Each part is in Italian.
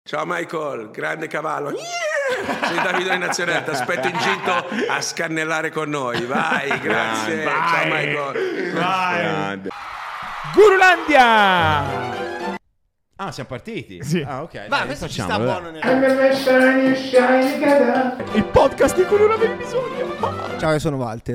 Ciao Michael, grande cavallo. Sei Davide in Nazionale, ti aspetto in gitto a scannellare con noi. Vai, grazie. Vai. Ciao Michael. Vai. Grande. Gurulandia! Ah, siamo partiti? Sì. Ah, ok. Ma dai, questo ci facciamo, sta dai. buono Il podcast di cui non avevi bisogno. Ciao, io sono Walter.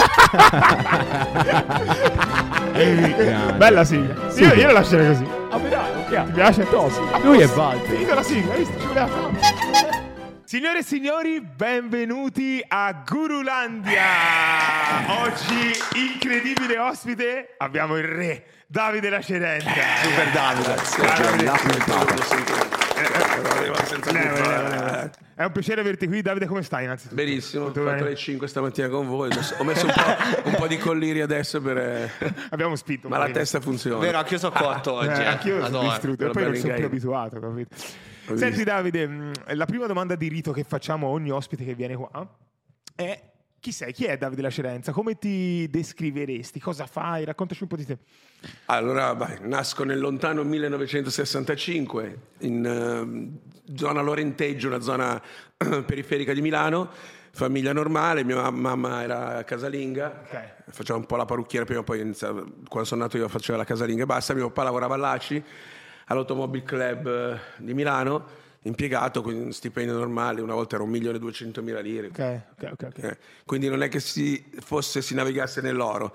Bella sigla. Io la lascerei così. Ah, dai, ti piace? Lui è Walter. Finita la sigla, hai visto? Ci voleva tanto. Signore e signori, benvenuti a Gurulandia. Oggi, incredibile ospite, abbiamo il re Davide La Cerenza. Super Davide. È un piacere averti qui. Davide, come stai innanzitutto? Benissimo, ho Tutto fatto bene? le 5 stamattina con voi. Ho messo un po' di colliri adesso Abbiamo spinto. ma la testa funziona. Vero, anch'io sono cotto oggi. Anch'io sono Adoro. distrutto. E poi non sono più abituato, capito? Senti Davide, la prima domanda di rito che facciamo a ogni ospite che viene qua è: chi sei? Chi è Davide La Cerenza? Come ti descriveresti? Cosa fai? Raccontaci un po' di te. Allora, nasco nel lontano 1965 in zona Lorenteggio, una zona periferica di Milano, famiglia normale, mia mamma era casalinga, faceva un po' la parrucchiera, prima o poi quando sono nato io faceva la casalinga e basta, mio papà lavorava all'ACI, all'Automobile Club di Milano, impiegato con un stipendio normale, una volta era 1.200.000 lire. Ok. Quindi non è che si navigasse nell'oro.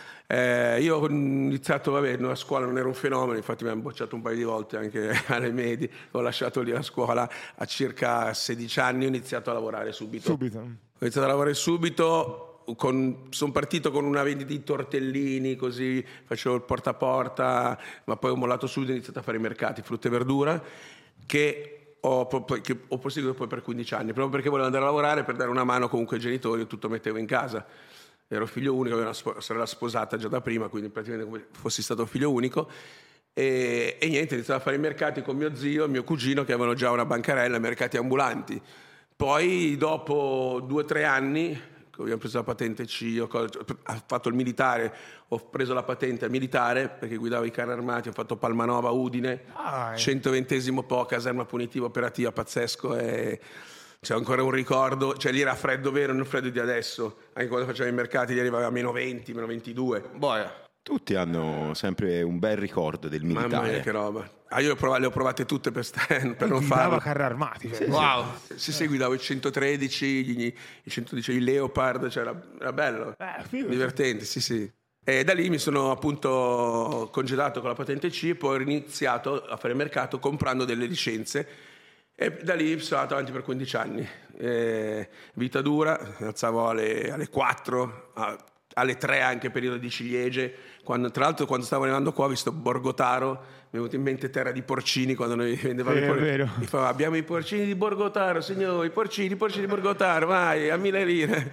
Io ho iniziato, a scuola non ero un fenomeno, infatti mi hanno bocciato un paio di volte anche alle medie, ho lasciato lì la scuola a circa 16 anni, ho iniziato a lavorare subito. Ho iniziato a lavorare subito, sono partito con una vendita di tortellini, così facevo il porta a porta, ma poi ho mollato subito e ho iniziato a fare i mercati, frutta e verdura, che ho proseguito poi per 15 anni, proprio perché volevo andare a lavorare per dare una mano comunque ai genitori, io tutto mettevo in casa. Ero figlio unico, avevo una sorella sposata già da prima, quindi praticamente come fossi stato figlio unico. E niente, ho iniziato a fare i mercati con mio zio e mio cugino che avevano già una bancarella, mercati ambulanti. Poi dopo 2 o 3 anni, che abbiamo preso la patente C, ho fatto il militare, ho preso la patente militare perché guidavo i carri armati, ho fatto Palmanova, Udine, 120° caserma punitiva operativa, pazzesco. C'è ancora un ricordo, cioè lì era freddo vero, non freddo di adesso, anche quando facevamo i mercati lì arrivava a -20, -22. Boia. Tutti hanno sempre un bel ricordo del militare. Mamma mia che roba. Io le ho provate tutte per non farlo. carri armati. Cioè. Wow. Sì, guidavo i 113, i 110, i Leopard, cioè era bello, divertente, sì. E da lì mi sono appunto congedato con la patente C e poi ho iniziato a fare mercato comprando delle licenze. E da lì sono andato avanti per 15 anni. Vita dura, mi alzavo alle 4, alle 3 anche periodo di ciliegie. Tra l'altro quando stavo arrivando qua ho visto Borgotaro, mi è venuto in mente terra di porcini quando noi vendevamo i porcini. Mi fa: abbiamo i porcini di Borgotaro, signori, i porcini di Borgotaro, vai, a 1.000 lire.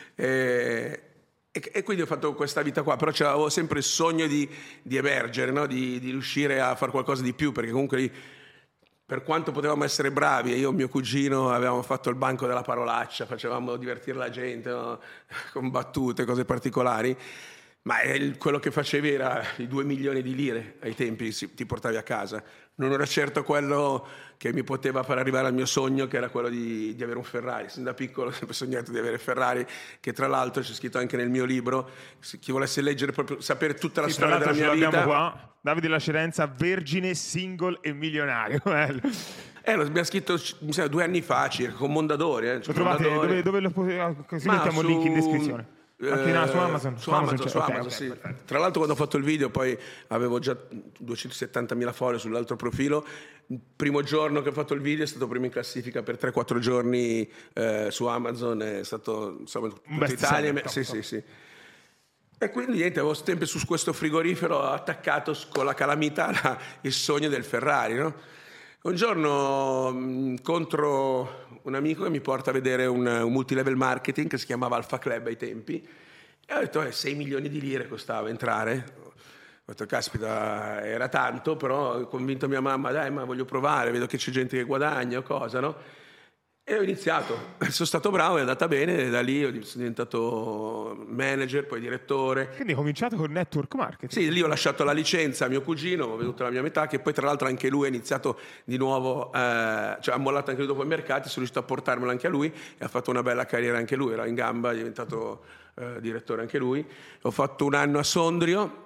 E quindi ho fatto questa vita qua, però avevo sempre il sogno di emergere, no? di riuscire a fare qualcosa di più, perché comunque lì, per quanto potevamo essere bravi, e io e mio cugino avevamo fatto il banco della parolaccia, facevamo divertire la gente, no? Con battute, cose particolari, ma quello che facevi era i 2 milioni di lire ai tempi, ti portavi a casa. Non era certo quello che mi poteva far arrivare al mio sogno, che era quello di avere un Ferrari. Sin da piccolo ho sempre sognato di avere Ferrari, che tra l'altro c'è scritto anche nel mio libro, chi volesse leggere proprio, sapere tutta la storia della mia vita. Qua. Davide La Cerenza, vergine, single e milionario. L'abbiamo scritto, mi sembra, 2 anni fa circa, con Mondadori. Lo trovate dove lo così mettiamo il link in descrizione. Anche su Amazon. Su Amazon, okay, sì. Perfetto. Tra l'altro quando ho fatto il video poi avevo già 270.000 follow sull'altro profilo. Il primo giorno che ho fatto il video è stato primo in classifica per 3-4 giorni su Amazon, è stato insomma tutta Italia. Sì. E quindi niente, avevo sempre su questo frigorifero attaccato con la calamita il sogno del Ferrari, no? Un giorno incontro un amico che mi porta a vedere un multilevel marketing che si chiamava Alpha Club ai tempi, e ho detto 6 milioni di lire costava entrare. Ho detto caspita, era tanto, però ho convinto mia mamma, dai, ma voglio provare, vedo che c'è gente che guadagna o cosa, no? E ho iniziato, sono stato bravo, è andata bene, e da lì sono diventato manager, poi direttore. Quindi hai cominciato con network marketing. Sì, lì ho lasciato la licenza a mio cugino, ho venuto la mia metà, che poi tra l'altro anche lui ha iniziato di nuovo, cioè ha mollato anche lui dopo i mercati, sono riuscito a portarmelo anche a lui e ha fatto una bella carriera anche lui, era in gamba, è diventato direttore anche lui. Ho fatto un anno a Sondrio,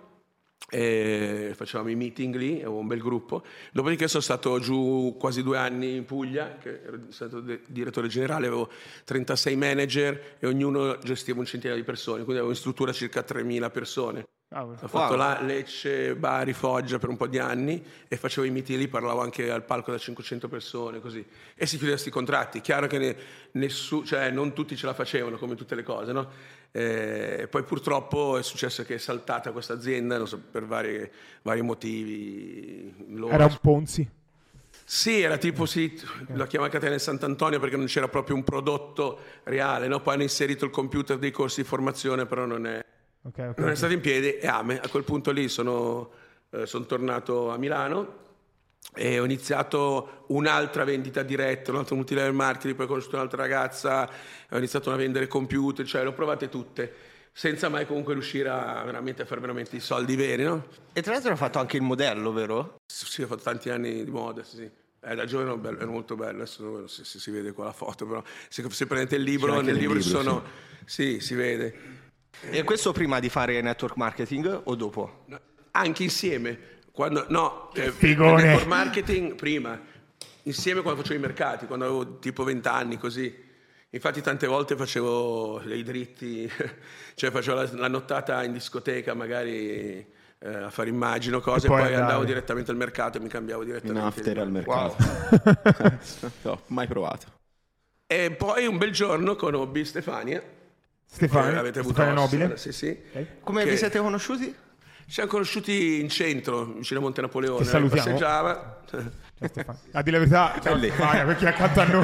e facevamo i meeting lì, avevo un bel gruppo. Dopodiché sono stato giù quasi 2 anni in Puglia, che ero stato direttore generale, avevo 36 manager e ognuno gestiva un centinaio di persone, quindi avevo in struttura circa 3.000 persone. Ho fatto là Lecce, Bari, Foggia per un po' di anni e facevo i meeting lì, parlavo anche al palco da 500 persone, così. E si chiudevano questi contratti. Chiaro che cioè non tutti ce la facevano, come tutte le cose, no? Poi purtroppo è successo che è saltata questa azienda, non so, per vari motivi. Era un Ponzi? Sì, era tipo, la chiama Catena di Sant'Antonio perché non c'era proprio un prodotto reale, no? Poi hanno inserito il computer dei corsi di formazione, però non è stato in piedi. E a quel punto lì sono tornato a Milano e ho iniziato un'altra vendita diretta, un altro multilevel marketing, poi ho conosciuto un'altra ragazza, ho iniziato a vendere computer, cioè le ho provate tutte, senza mai comunque riuscire a fare veramente i soldi veri, no? E tra l'altro hai fatto anche il modello, vero? Sì, ho fatto tanti anni di moda, sì. Da giovane ero molto bello, adesso non so se si vede qua la foto, però se prendete il libro, nel libro ci sono... Sì, si vede. E questo prima di fare network marketing o dopo? Anche insieme. Figone. Network marketing prima, insieme quando facevo i mercati, quando avevo tipo 20 anni così. Infatti tante volte facevo dei dritti, cioè facevo la nottata in discoteca magari a fare immagino, cose, e poi andavo direttamente al mercato e mi cambiavo direttamente. In after al mercato. Wow. No, mai provato. E poi un bel giorno conobbi Stefania. Avete avuto Stefania Nobile? Sì. Come vi siete conosciuti? Ci siamo conosciuti in centro, vicino a Monte Napoleone. Ti salutiamo. Passeggiava. A dire la verità, ciao Stefania, perché accanto a noi.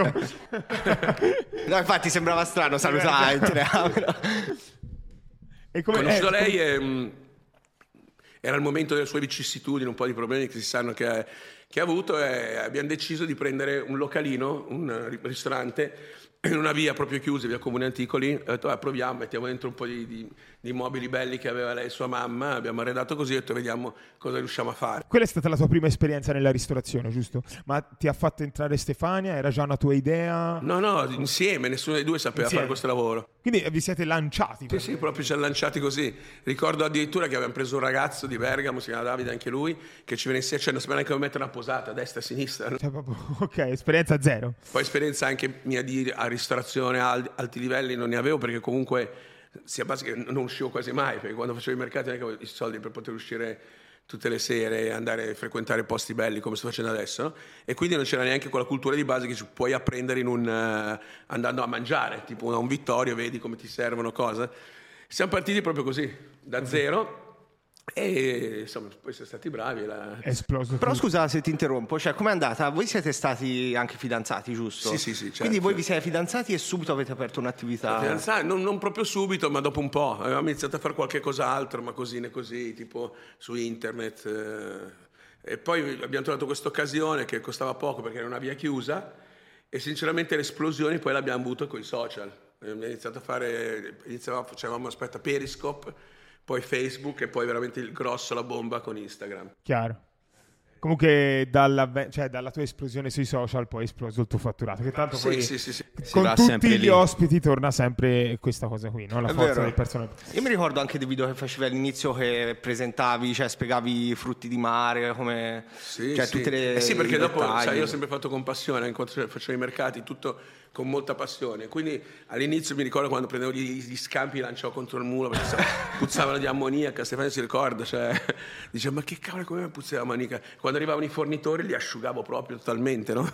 No, infatti sembrava strano salutare in telecamera. E come conosciuto lei era il momento delle sue vicissitudini, un po' di problemi che si sanno che ha avuto, e abbiamo deciso di prendere un localino, un ristorante in una via proprio chiusa, via Comune Anticoli. Ho detto proviamo, mettiamo dentro un po' di mobili belli che aveva lei e sua mamma, abbiamo arredato così e ho detto vediamo cosa riusciamo a fare. Quella è stata la tua prima esperienza nella ristorazione, giusto? Ma ti ha fatto entrare Stefania? Era già una tua idea? No, insieme, nessuno dei due sapeva fare questo lavoro. Quindi vi siete lanciati? Sì, proprio ci siamo lanciati così. Ricordo addirittura che abbiamo preso un ragazzo di Bergamo, si chiama Davide anche lui, che ci venisse, cioè non sapeva neanche come mettere una posata a destra e a sinistra. Cioè, proprio, ok, esperienza zero. Poi esperienza anche mia a ristorazione a alti livelli non ne avevo, perché comunque sia base che non uscivo quasi mai, perché quando facevo i mercati non avevo i soldi per poter uscire tutte le sere e andare a frequentare posti belli come sto facendo adesso, no? E quindi non c'era neanche quella cultura di base che ci puoi apprendere andando a mangiare, tipo a un Vittorio, vedi come ti servono cose. Siamo partiti proprio così, da zero. E insomma poi siamo stati bravi, è esploso. Però scusa se ti interrompo, cioè com'è andata? Voi siete stati anche fidanzati, giusto? Sì, certo. Quindi voi vi siete fidanzati e subito avete aperto un'attività? Fidanzati, non proprio subito, ma dopo un po'. Avevamo iniziato a fare qualche cos'altro, ma così, tipo su internet. E poi abbiamo trovato questa occasione che costava poco perché era una via chiusa, e sinceramente l'esplosione poi l'abbiamo avuta con i social. Abbiamo iniziato a facevamo Periscope, poi Facebook e poi veramente il grosso, la bomba con Instagram. Chiaro. Comunque dalla tua esplosione sui social poi è esploso il tuo fatturato, che tanto poi con tutti gli ospiti torna sempre questa cosa qui, no? La forza del personaggio. Io mi ricordo anche dei video che facevi all'inizio, che presentavi, cioè spiegavi i frutti di mare, come tutte le sì, perché dopo io ho sempre fatto con passione, anche quando facevo i mercati, tutto con molta passione. Quindi all'inizio mi ricordo quando prendevo gli scampi, lanciavo contro il muro perché puzzavano di ammoniaca. Stefano si ricorda, dice ma che cavolo, come puzza di ammoniaca? Quando arrivavano i fornitori li asciugavo proprio totalmente, no?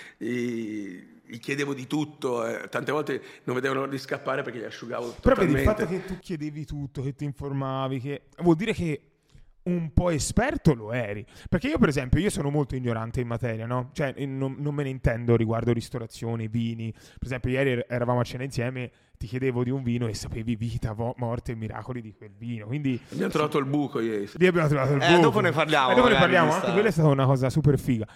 Gli chiedevo di tutto, tante volte non vedevano l'ora di scappare perché li asciugavo totalmente. Però vedi, il fatto che tu chiedevi tutto, che ti informavi, che vuol dire che un po' esperto lo eri. Perché io per esempio sono molto ignorante in materia, no? Cioè non me ne intendo riguardo ristorazioni, vini. Per esempio ieri eravamo a cena insieme, ti chiedevo di un vino e sapevi vita, morte e miracoli di quel vino. Quindi abbiamo trovato il buco ieri. Lì abbiamo trovato il buco. Dopo ne parliamo. Anche quella è stata una cosa super figa.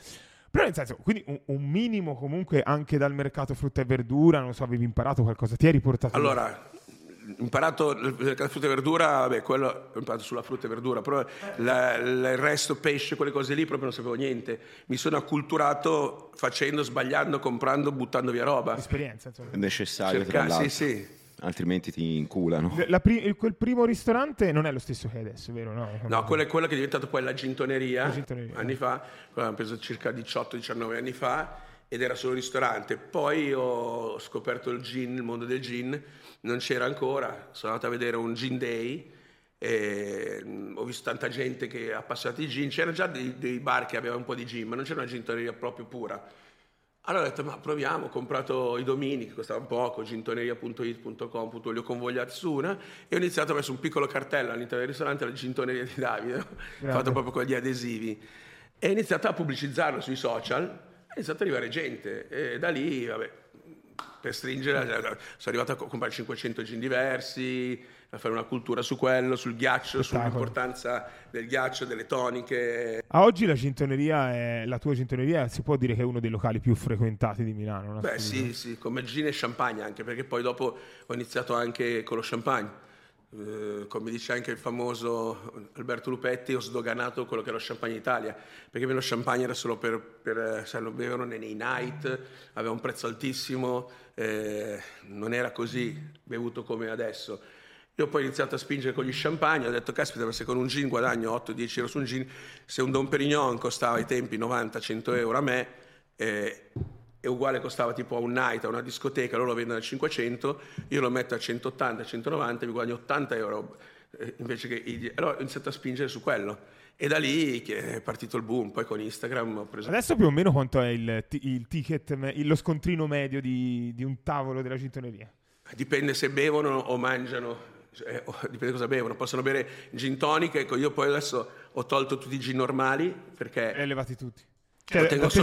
Però nel senso, quindi un minimo comunque anche dal mercato frutta e verdura, non so, avevi imparato qualcosa, ti hai riportato? Allora, imparato il mercato frutta e verdura, vabbè, quello ho imparato sulla frutta e verdura, però il resto, pesce, quelle cose lì proprio non sapevo niente. Mi sono acculturato facendo, sbagliando, comprando, buttando via roba. Esperienza, insomma. È necessario, tra l'altro. Sì. Altrimenti ti inculano. Quel primo ristorante non è lo stesso che è adesso, vero? No, quella è quella che è diventata poi la gintoneria, anni fa, quella l'ho presa circa 18-19 anni fa, ed era solo ristorante. Poi ho scoperto il gin, il mondo del gin, non c'era ancora, sono andato a vedere un gin day, e ho visto tanta gente che ha passato i gin, c'erano già dei bar che avevano un po' di gin, ma non c'era una gintoneria proprio pura. Allora ho detto, ma proviamo, ho comprato i domini che costavano poco, gintoneria.it.com, li ho convogliati su una e ho iniziato, ho messo un piccolo cartello all'interno del ristorante, la gintoneria di Davide, ho fatto proprio con gli adesivi e ho iniziato a pubblicizzarlo sui social, è iniziato ad arrivare gente e da lì, vabbè, per stringere, sono arrivato a comprare 500 gin diversi, a fare una cultura su quello, sul ghiaccio, sull'importanza del ghiaccio, delle toniche. A oggi la tua gintoneria si può dire che è uno dei locali più frequentati di Milano, no? Beh sì, come gin e champagne anche, perché poi dopo ho iniziato anche con lo champagne. Come dice anche il famoso Alberto Lupetti, ho sdoganato quello che era lo champagne in Italia, perché lo champagne era solo per sai, lo bevevano nei night, aveva un prezzo altissimo, non era così bevuto come adesso. Io poi ho iniziato a spingere con gli champagne, ho detto caspita, se con un gin guadagno 8-10 euro su un gin, se un Dom Perignon costava ai tempi 90-100 euro a me, e uguale costava tipo a un night, a una discoteca, loro lo vendono a 500, io lo metto a 180-190, mi guadagno 80 euro invece che... Allora ho iniziato a spingere su quello e da lì che è partito il boom. Poi con Instagram ho preso... Adesso più o meno quanto è il ticket, lo scontrino medio di un tavolo della gintoneria? Dipende se bevono o mangiano. Dipende cosa bevono, possono bere gin tonic. Ecco, io poi adesso ho tolto tutti i gin normali perché elevati tutti. Tengo solo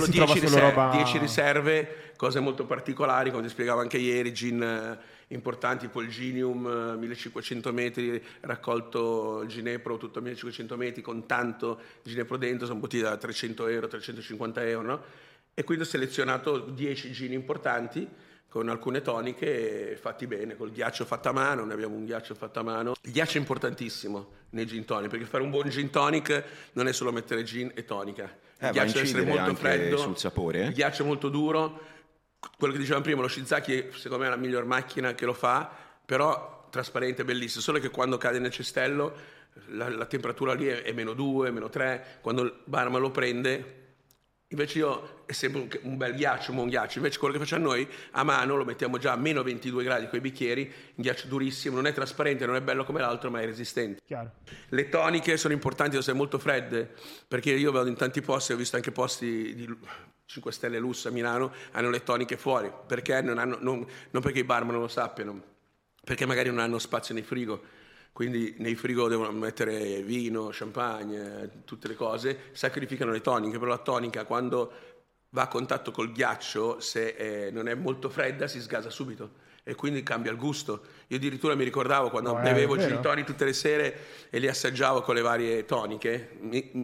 10 riserve, cose molto particolari, come ti spiegavo anche ieri, gin importanti, tipo il Ginium 1500 metri, raccolto il Ginepro tutto a 1500 metri con tanto Ginepro dentro, sono bottiglie da 300 euro, 350 euro, no? E quindi ho selezionato 10 gin importanti con alcune toniche fatti bene, col ghiaccio fatto a mano, noi abbiamo un ghiaccio fatto a mano. Il ghiaccio è importantissimo nei gin tonic, perché fare un buon gin tonic non è solo mettere gin e tonica. Il ghiaccio deve essere molto freddo, sul sapore. Il ghiaccio è molto duro. Quello che dicevamo prima, lo Shiizaki secondo me è la miglior macchina che lo fa, però trasparente, bellissimo, solo che quando cade nel cestello la temperatura lì è -2, -3, quando il barman lo prende... Invece io è sempre un bel ghiaccio, un buon ghiaccio. Invece quello che facciamo noi a mano lo mettiamo già a -22 gradi con i bicchieri, un ghiaccio durissimo, non è trasparente, non è bello come l'altro, ma è resistente. Chiaro. Le toniche sono importanti, devono essere molto fredde, perché io vado in tanti posti, ho visto anche posti di 5 stelle lusso a Milano, hanno le toniche fuori, perché non perché i barman non lo sappiano, perché magari non hanno spazio nei frigo. Quindi nei frigo devono mettere vino, champagne, tutte le cose, sacrificano le toniche, però la tonica quando va a contatto col ghiaccio, se non è molto fredda, si sgasa subito e quindi cambia il gusto. Io addirittura mi ricordavo quando bevevo gin tonic tutte le sere e li assaggiavo con le varie toniche,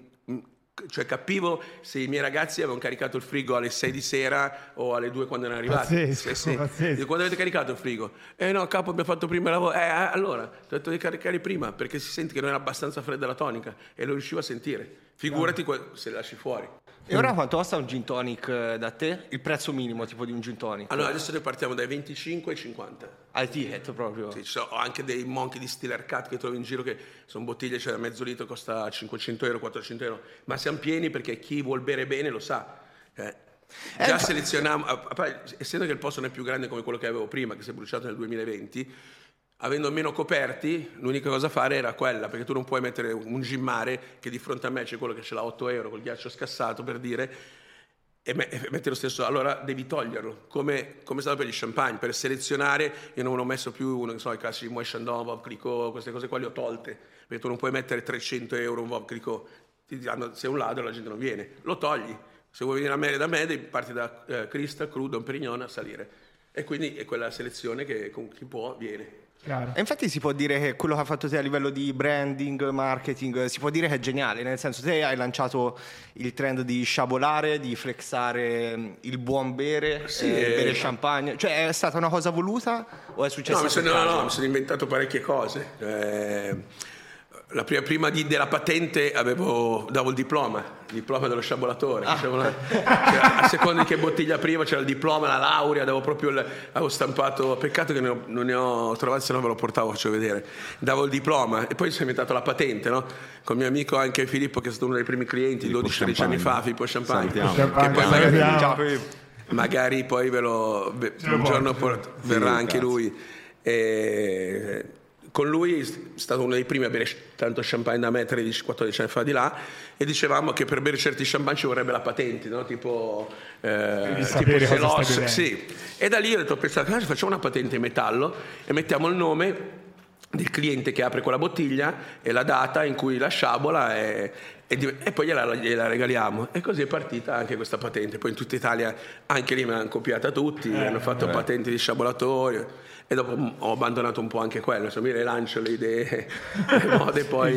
cioè capivo se i miei ragazzi avevano caricato il frigo alle 6 di sera o alle 2 quando erano arrivati. Pazzesco. Quando avete caricato il frigo? No capo, abbiamo fatto prima il lavoro. Allora ho detto di caricare prima, perché si sente che non era abbastanza fredda la tonica e lo riuscivo a sentire. Figurati se le lasci fuori. E ora quanto costa un gin tonic da te? Il prezzo minimo tipo di un gin tonic? Allora adesso noi partiamo dai 25 ai 50. Al ticket proprio? Sì, ci sono anche dei monchi di Stiller Cut che trovi in giro che sono bottiglie, cioè mezzo litro costa 500 euro, 400 euro, ma siamo pieni perché chi vuol bere bene lo sa. Già selezioniamo, essendo che il posto non è più grande come quello che avevo prima, che si è bruciato nel 2020, avendo meno coperti, l'unica cosa a fare era quella, perché tu non puoi mettere un gin mare che di fronte a me c'è quello che ce l'ha 8 euro col ghiaccio scassato, per dire, e mettere lo stesso, allora devi toglierlo, come è stato per gli champagne. Per selezionare io non ho messo più i classici Moët Chandon, Veuve Clicquot, queste cose qua le ho tolte, perché tu non puoi mettere 300 euro un Veuve Clicquot, ti diranno sei un ladro, la gente non viene, lo togli. Se vuoi venire a bere da me devi parti da Crystal, Cru, Dom Perignon a salire, e quindi è quella selezione che con chi può viene. Chiaro. E infatti si può dire che quello che ha fatto te a livello di branding, marketing, si può dire che è geniale, nel senso te hai lanciato il trend di sciabolare, di flexare il buon bere, bere champagne, cioè è stata una cosa voluta o è successo? No, mi sono inventato parecchie cose. Prima della patente davo il diploma dello sciabolatore. A seconda di che bottiglia prima c'era il diploma, la laurea, avevo stampato. Peccato che non ne ho trovato, se no ve lo portavo, faccio vedere. Davo il diploma e poi si è inventato la patente, no? Con mio amico anche Filippo, che è stato uno dei primi clienti, 12-13 anni fa, Filippo Champagne. Che poi magari poi un giorno verrà anche lui. Con lui è stato uno dei primi a bere tanto champagne da me 13-14 anni fa di là, e dicevamo che per bere certi champagne ci vorrebbe la patente, no? tipo Celos, sì. E da lì ho detto, facciamo una patente in metallo e mettiamo il nome del cliente che apre quella bottiglia e la data in cui la sciabola e poi gliela regaliamo. E così è partita anche questa patente. Poi in tutta Italia anche lì me l'hanno copiata tutti, hanno fatto patenti di sciabolatorio. E dopo ho abbandonato un po' anche quello, mi rilancio le idee, le mode poi.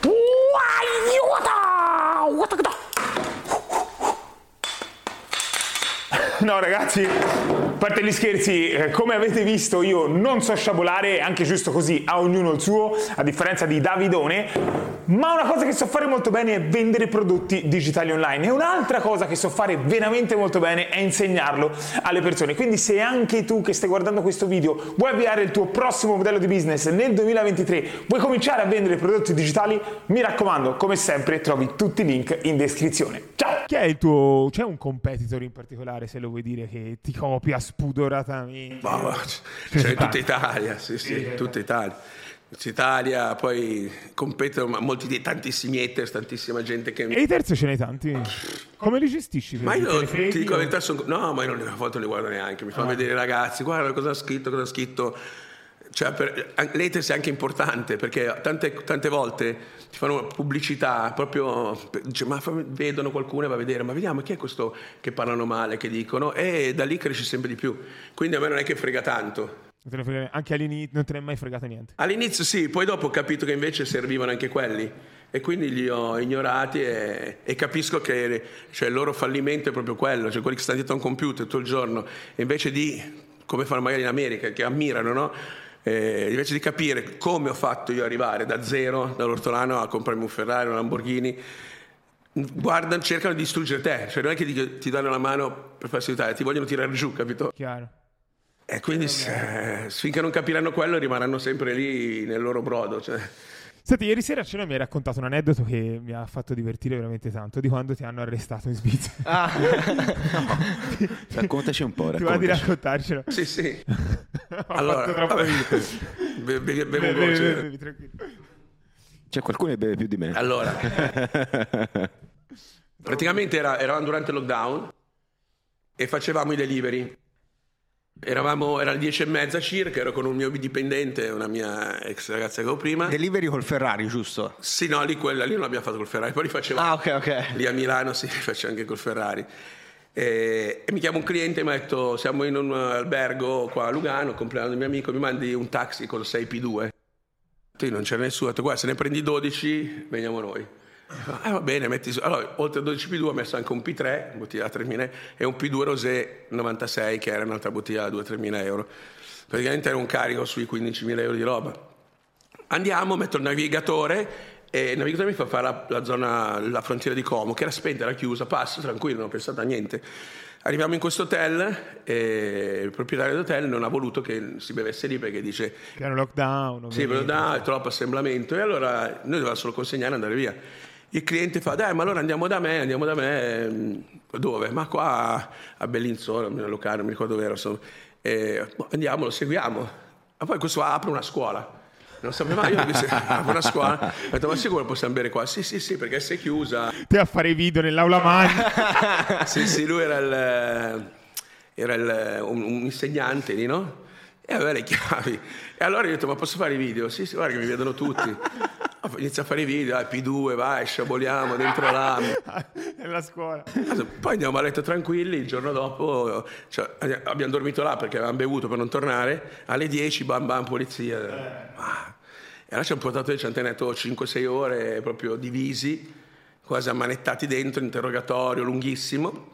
No ragazzi, a parte gli scherzi, come avete visto io non so sciabolare, è anche giusto così, a ognuno il suo, a differenza di Davidone, ma una cosa che so fare molto bene è vendere prodotti digitali online, e un'altra cosa che so fare veramente molto bene è insegnarlo alle persone. Quindi se anche tu che stai guardando questo video vuoi avviare il tuo prossimo modello di business nel 2023, vuoi cominciare a vendere prodotti digitali, mi raccomando, come sempre trovi tutti i link in descrizione. Ciao! C'è un competitor in particolare, se lo vuoi dire, che ti copia spudoratamente? C'è in tutta Italia, sì, tutta Italia, poi competono tantissimi haters, tantissima gente che... E i terzi ce n'hai tanti? Come li gestisci? Ma io ti dico la verità, ma io a volte non li guardo neanche, mi fa vedere i ragazzi, guarda cosa ha scritto. Cioè, l'haters è anche importante, perché tante volte ti fanno pubblicità proprio, vedono qualcuno e va a vedere, ma vediamo chi è questo che parlano male, che dicono, e da lì cresci sempre di più. Quindi a me non è che frega tanto. Anche all'inizio non te ne è mai fregato niente? All'inizio sì, poi dopo ho capito che invece servivano anche quelli, e quindi li ho ignorati e capisco che il loro fallimento è proprio quello, cioè quelli che stanno dietro a un computer tutto il giorno, e invece di, come fanno magari in America, che ammirano, no? Invece di capire come ho fatto io arrivare da zero, dall'ortolano, a comprarmi un Ferrari, un Lamborghini, cercano di distruggere te, cioè non è che ti danno la mano per farsi aiutare, ti vogliono tirare giù, capito? Chiaro. E quindi finché non capiranno quello rimarranno sempre lì nel loro brodo, cioè. Senti, ieri sera a cena mi hai raccontato un aneddoto che mi ha fatto divertire veramente tanto, di quando ti hanno arrestato in Svizzera. Raccontaci un po'. Ti va di raccontarcelo? Sì. Allora, bevi tranquillo. C'è qualcuno che beve più di me. Allora, praticamente eravamo durante il lockdown e facevamo i delivery. Era le 10:30 circa, ero con un mio dipendente, una mia ex ragazza che avevo prima. Delivery col Ferrari, giusto? Sì, no, lì non l'abbiamo fatto col Ferrari, poi li facevo. Ok. Lì a Milano li faccio anche col Ferrari. E mi chiama un cliente e mi ha detto, siamo in un albergo qua a Lugano, compleanno del mio amico, mi mandi un taxi con 6 P2. Non c'era nessuno, ho detto, guarda, se ne prendi 12 veniamo noi. Va bene, allora, oltre a 12 P2 ho messo anche un P3, bottiglia da 3.000, e un P2 Rosé 96, che era un'altra bottiglia da 2-3.000 euro. Praticamente era un carico sui 15.000 euro di roba. Andiamo, metto il navigatore, e il navigatore mi fa fare la frontiera di Como, che era spenta, era chiusa, passo tranquillo, non ho pensato a niente. Arriviamo in questo hotel e il proprietario dell'hotel non ha voluto che si bevesse lì, perché dice che era un lockdown. Sì, è troppo assemblamento, e allora noi dovevamo solo consegnare e andare via. Il cliente fa, dai, ma allora andiamo da me, dove? Ma qua a Bellinzona, nel locale, non mi ricordo dove era, andiamo, lo seguiamo. Ma poi questo apre una scuola. Non sapeva io che apre una scuola. Ho detto, ma sicuro possiamo bere qua? Sì, perché se è chiusa. Te a fare i video nell'aula magna. Sì, lui era un insegnante lì, no? E aveva le chiavi. E allora io ho detto, ma posso fare i video? Sì, guarda che mi vedono tutti. Inizia a fare i video, P2, vai, sciaboliamo dentro là. Nella scuola. Poi andiamo a letto tranquilli, il giorno dopo abbiamo dormito là perché avevamo bevuto per non tornare, alle 10 bam bam polizia. E allora ci hanno portato e ci hanno tenuto 5-6 ore proprio divisi, quasi ammanettati dentro, interrogatorio lunghissimo.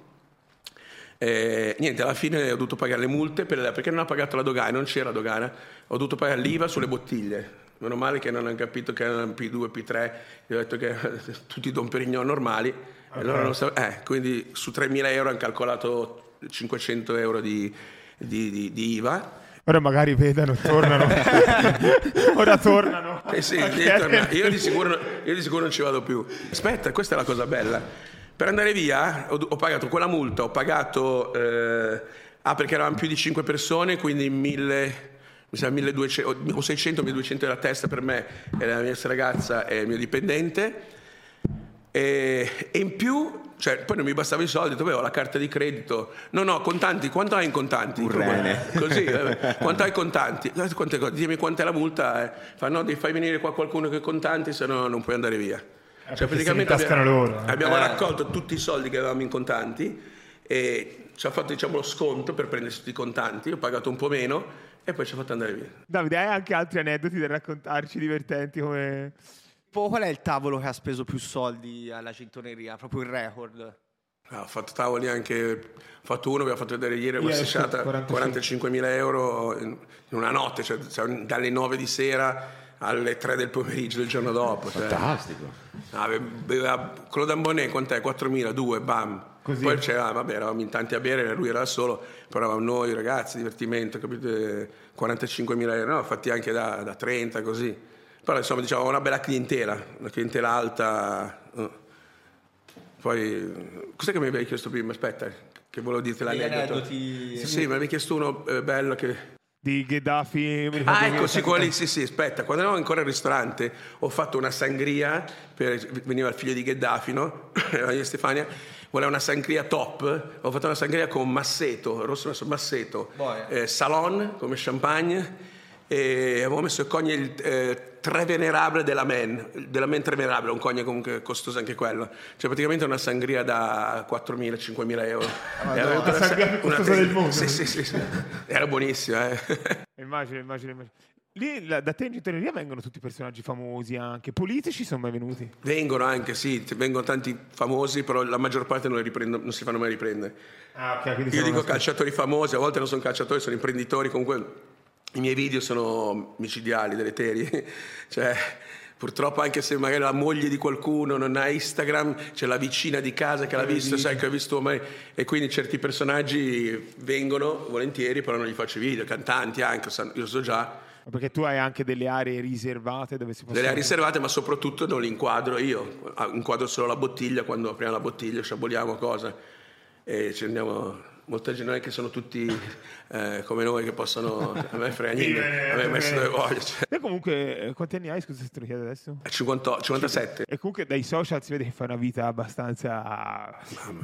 Niente, alla fine ho dovuto pagare le multe perché non ha pagato la dogana, non c'era dogana, ho dovuto pagare l'IVA sulle bottiglie. Meno male che non hanno capito che erano P2, P3, gli ho detto che tutti Dom Perignon normali, okay. Allora quindi su 3.000 euro hanno calcolato 500 euro di IVA. Ora magari vedano, tornano. Ora tornano. Sì, okay. Io di sicuro non ci vado più. Aspetta, questa è la cosa bella. Per andare via ho pagato quella multa, ho pagato... perché eravamo più di 5 persone, quindi 1.200 o 600, 1.200 la testa per me e la mia ragazza e il mio dipendente, e in più, cioè, poi non mi bastava i soldi, avevo la carta di credito, no, contanti, quanto hai in contanti? Così, quanto hai in contanti? Dimmi quant'è la multa, fa no, devi fai venire qua qualcuno che ha contanti, se no non puoi andare via. Cioè praticamente abbiamo raccolto tutti i soldi che avevamo in contanti e ci ha fatto, diciamo, lo sconto per prendersi tutti i contanti, io ho pagato un po' meno e poi ci ha fatto andare via. Davide, hai anche altri aneddoti da raccontarci divertenti come... Qual è il tavolo che ha speso più soldi alla cintoneria? Proprio il record? Ho fatto tavoli anche, ho fatto uno, vi ho fatto vedere ieri, una sessata 45.000 euro in una notte, cioè dalle 9 di sera alle 3 del pomeriggio del giorno dopo. Fantastico. Quello d'Ambonnet, quant'è? 4.000, 2, bam. Così. Poi eravamo in tanti a bere, lui era da solo, però eravamo noi ragazzi, divertimento, capito? 45.000 euro, no, fatti anche da 30, così. Però insomma, diciamo, una bella clientela, una clientela alta. Poi, cos'è che mi avevi chiesto prima? Aspetta, che volevo dirti l'aneddoto. Sì, mi avevi chiesto uno bello che... Di Gheddafi. Ecco, sì, sì, aspetta, quando eravamo ancora al ristorante ho fatto una sangria, veniva il figlio di Gheddafi, no? Stefania voleva una sangria top, ho fatto una sangria con masseto, rosso messo masseto, Salon come champagne, e avevo messo il cognac Très Venerable della Men Très Venerable, un cognac comunque costoso anche quello, cioè praticamente una sangria da 4.000-5.000 euro. La sangria più costosa del mondo. Sì. Era buonissima. Immagino. Lì da te in cintoneria vengono tutti personaggi famosi, anche politici sono mai venuti? Vengono anche, sì, vengono tanti famosi, però la maggior parte non si fanno mai riprendere. Okay, io dico calciatori famosi, a volte non sono calciatori, sono imprenditori, comunque i miei video sono micidiali, deleteri. Cioè, purtroppo anche se magari la moglie di qualcuno non ha Instagram, c'è la vicina di casa che l'ha visto, sai che ha visto mai, e quindi certi personaggi vengono volentieri, però non gli faccio video, cantanti anche, io so già. Perché tu hai anche delle aree riservate dove si possono... Delle aree riservate, ma soprattutto non li inquadro io. Inquadro solo la bottiglia, quando apriamo la bottiglia, sciaboliamo cosa. E ci andiamo... Molta gente non è che sono tutti come noi che possono... A me frega niente, a me messo dove voglio. Cioè. E comunque, quanti anni hai? Scusa se te lo chiedo adesso. 57. E comunque dai social si vede che fai una vita abbastanza...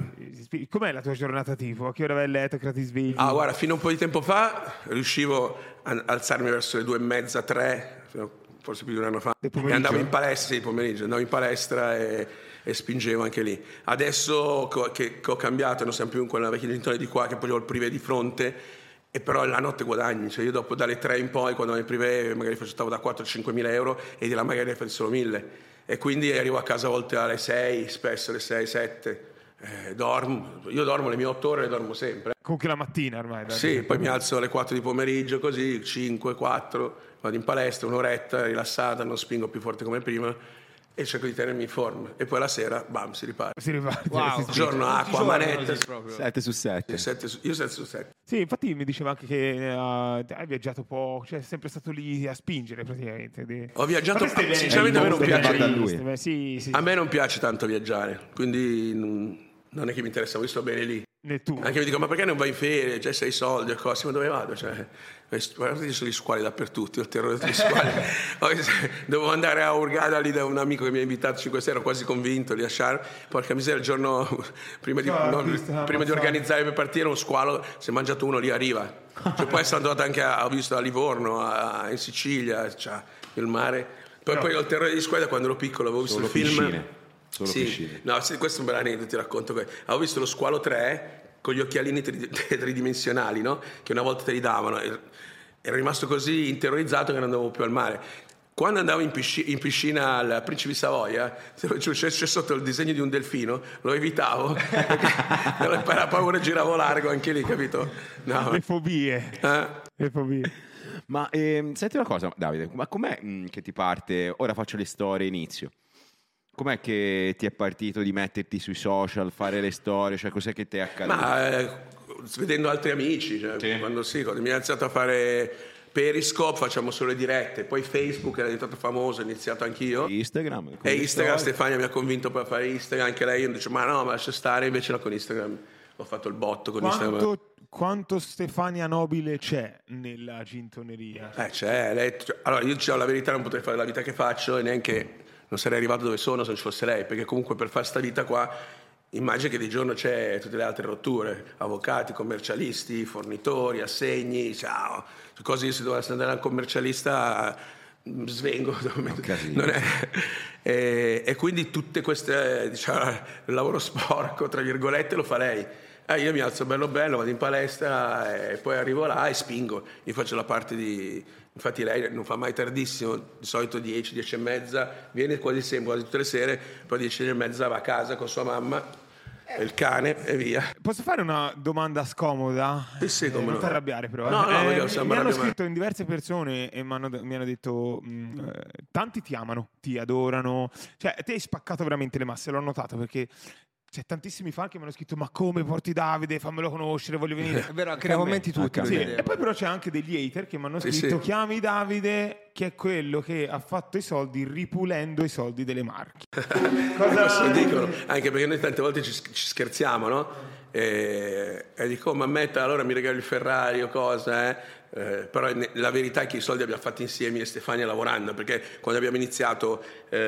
Com'è la tua giornata tipo? A che ora vai a letto, che ti svegli? Guarda, fino a un po' di tempo fa riuscivo a alzarmi verso le 2:30, 3, forse più di un anno fa. E andavo in palestra, sì, pomeriggio, andavo in palestra e spingevo anche lì. Adesso che ho cambiato, non siamo più in quella vecchia cintoneria di qua, che poi ho il privé di fronte, e però la notte guadagni, cioè io dopo dalle 3 in poi, quando ho il privé, magari stavo da 4-5 mila euro e di là magari fai solo 1.000, e quindi arrivo a casa a volte alle 6, spesso alle 6, 7, io dormo le mie 8 ore, le dormo sempre. Comunque la mattina ormai. Sì, poi mi alzo alle 4 di pomeriggio, così, 5, 4, vado in palestra, un'oretta, rilassata, non spingo più forte come prima, e cerco di tenermi in forma, e poi la sera, bam, si riparte. Wow. Giorno acqua, manetta. 7 su 7. Io 7 su 7. Sì, infatti mi diceva anche che hai viaggiato poco, cioè è sempre stato lì a spingere praticamente. Ho viaggiato, sinceramente a me non piace. Sì. A me non piace tanto viaggiare, quindi non è che mi interessa, io sto bene lì. Né tu. Anche mi dico, ma perché non vai in ferie? Cioè, sei soldi e cose, ma dove vado? Cioè, guardate, ci sono gli squali dappertutto, il terrore degli squali. Dovevo andare a Hurghada lì da un amico che mi ha invitato 5 sera, ero quasi convinto di lasciare. Porca miseria, il giorno prima di organizzare per partire, uno squalo si è mangiato uno lì a riva. Cioè, poi sono andato anche ho visto a Livorno, in Sicilia, cioè, il mare. Poi ho il terrore di squadra quando ero piccolo, avevo visto Solo il film. piscine. Solo piscine. No, sì, questo è un bel aneddoto, ti racconto. Avevo visto lo Squalo 3 con gli occhialini tridimensionali, no? Che una volta te li davano. Ero rimasto così interrorizzato che non andavo più al mare. Quando andavo in piscina al Principe di Savoia, c'è sotto il disegno di un delfino, lo evitavo, perché per la paura giravo largo anche lì, capito? No. Le fobie. Le fobie. Ma senti una cosa, Davide, ma com'è che ti parte? Ora faccio le storie inizio. Com'è che ti è partito di metterti sui social, fare le storie? Cioè, cos'è che ti è accaduto? Ma vedendo altri amici, cioè, quando mi ho iniziato a fare Periscope, facciamo solo le dirette, poi Facebook era diventato famoso, ho iniziato anch'io. Instagram. E Instagram, Stefania mi ha convinto per fare Instagram, anche lei, io dice ma no, ma lascia stare, invece no, con Instagram ho fatto il botto con Instagram. Quanto Stefania Nobile c'è nella gintoneria? C'è, allora io diciamo la verità, non potrei fare la vita che faccio e neanche non sarei arrivato dove sono se non ci fosse lei, perché comunque per fare sta vita qua immagina che di giorno c'è tutte le altre rotture, avvocati, commercialisti, fornitori, assegni, ciao, cose io se dovessi andare al commercialista svengo, non è, e quindi tutte queste, diciamo, il lavoro sporco tra virgolette lo fa lei. Io mi alzo bello, vado in palestra e poi arrivo là e spingo. Io faccio la parte di... Infatti lei non fa mai tardissimo, di solito 10, 10 e mezza, viene quasi sempre, quasi tutte le sere, poi 10 e mezza va a casa con sua mamma, il cane e via. Posso fare una domanda scomoda? Sì, come non ti arrabbiare però. No, mi hanno scritto in diverse persone e mi hanno detto tanti ti amano, ti adorano. Cioè, te hai spaccato veramente le masse, l'ho notato perché... C'è tantissimi fan che mi hanno scritto ma come porti Davide, fammelo conoscere, voglio venire. È vero, anche nei commenti tutti. Sì. E poi però c'è anche degli hater che mi hanno scritto chiami Davide che è quello che ha fatto i soldi ripulendo i soldi delle marche. Cosa dicono? Anche perché noi tante volte ci scherziamo, no? E dico ma Metta allora mi regali il Ferrari o cosa, però la verità è che i soldi abbiamo fatti insieme io e Stefania lavorando, perché quando abbiamo iniziato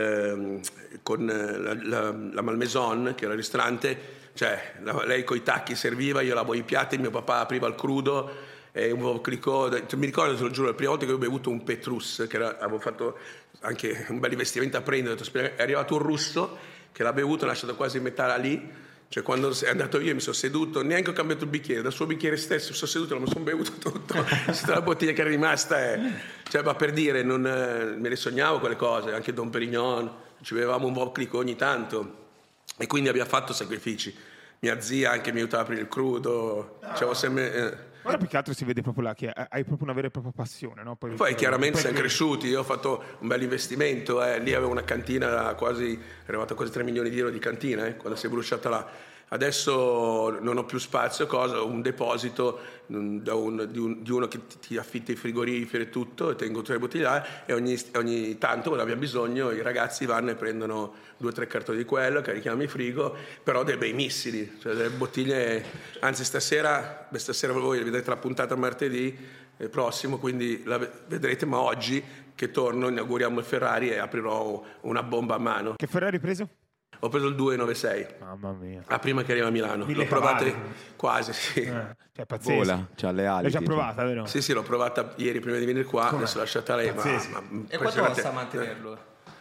con la Malmaison, che era il ristorante, cioè lei coi tacchi serviva, io lavavo i piatti, mio papà apriva il crudo e un po' mi ricordo, te lo giuro, la prima volta che ho bevuto un Petrus, che avevo fatto anche un bel investimento a prendere, è arrivato un russo che l'ha bevuto, l'ha lasciato quasi metà lì. Cioè quando è andato via mi sono seduto, neanche ho cambiato il bicchiere, dal suo bicchiere stesso mi sono seduto, mi sono bevuto tutto, la bottiglia che era rimasta cioè ma per dire, me le sognavo quelle cose, anche Dom Perignon, ci bevevamo un vodka ogni tanto e quindi abbiamo fatto sacrifici. Mia zia anche mi aiutava a aprire il crudo, sempre... Ora più che altro si vede proprio là che hai proprio una vera e propria passione, no? Poi chiaramente siamo cresciuti, io ho fatto un bel investimento, lì avevo una cantina quasi, arrivata a quasi 3 milioni di euro di cantina, quando si è bruciata là. Adesso non ho più spazio, ho un deposito di uno che ti affitta i frigoriferi e tutto, e tengo 3 bottiglie là, e ogni tanto quando abbiamo bisogno i ragazzi vanno e prendono 2 o 3 cartoni di quello, carichiamo il frigo, però dei bei missili, cioè delle bottiglie, anzi stasera voi vedrete la puntata martedì prossimo, quindi la vedrete, ma oggi che torno inauguriamo il Ferrari e aprirò una bomba a mano. Che Ferrari hai preso? Ho preso il 296. Mamma mia. Prima che arriva a Milano. L'ho provata quasi, sì. Cioè, pazzesco. Vola, c'ha le ali. L'hai già provata, vero? Sì, l'ho provata ieri prima di venire qua, adesso l'ho lasciata lei. E quanto costa mantenerlo?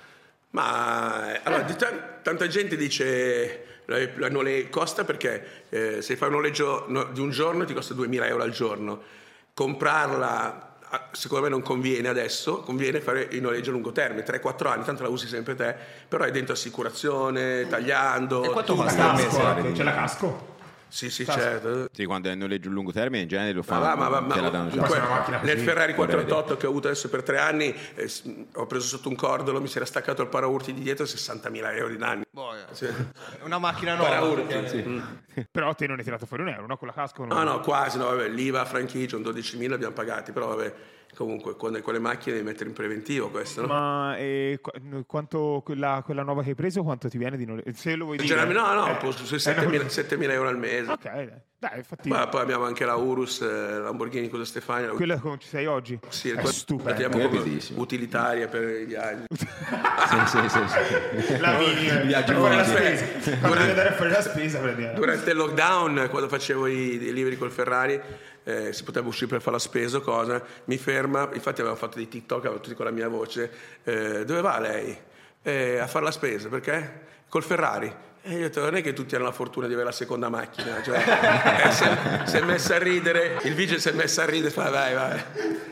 Ma allora, tanta gente dice costa perché se fai un noleggio di un giorno ti costa 2.000 euro al giorno. Comprarla secondo me non conviene adesso, conviene fare il noleggio a lungo termine, 3-4 anni, tanto la usi sempre te, però hai dentro assicurazione, tagliando. E quanto costa al mese? C'è la casco? Sì, certo. Sì, quando è noleggio a lungo termine in genere lo fanno. Nel Ferrari 488 che ho avuto adesso per 3 anni, ho preso sotto un cordolo, mi si era staccato il paraurti di dietro, 60.000 euro di danni. Sì. Una macchina nuova. Sì. Però te non hai tirato fuori un euro, no? Con la casco? No, quasi. No, vabbè, l'IVA, franchigia, 12.000 abbiamo pagati, però vabbè. Comunque, con le macchine devi mettere in preventivo questo, no? Ma quanto quella nuova che hai preso, quanto ti viene di noleggio? Se lo vuoi dire? No, sui 7.000 euro al mese. Ok, dai, infatti. Poi abbiamo anche la Urus, Lamborghini con Stefania. Quella come ci sei oggi? Sì, è stupenda. Utilitaria per i viaggi. sì. La mini, viaggio fuori la spesa. Quando devi andare a fare la spesa, durante il lockdown, quando facevo i libri col Ferrari, si poteva uscire per fare la spesa o cosa, mi ferma, infatti avevo fatto dei TikTok, avevo tutti con la mia voce, dove va lei? A fare la spesa, perché? Col Ferrari. E io ho detto, non è che tutti hanno la fortuna di avere la seconda macchina, cioè, si è messa a ridere, il vigile si è messo a ridere, fa vai.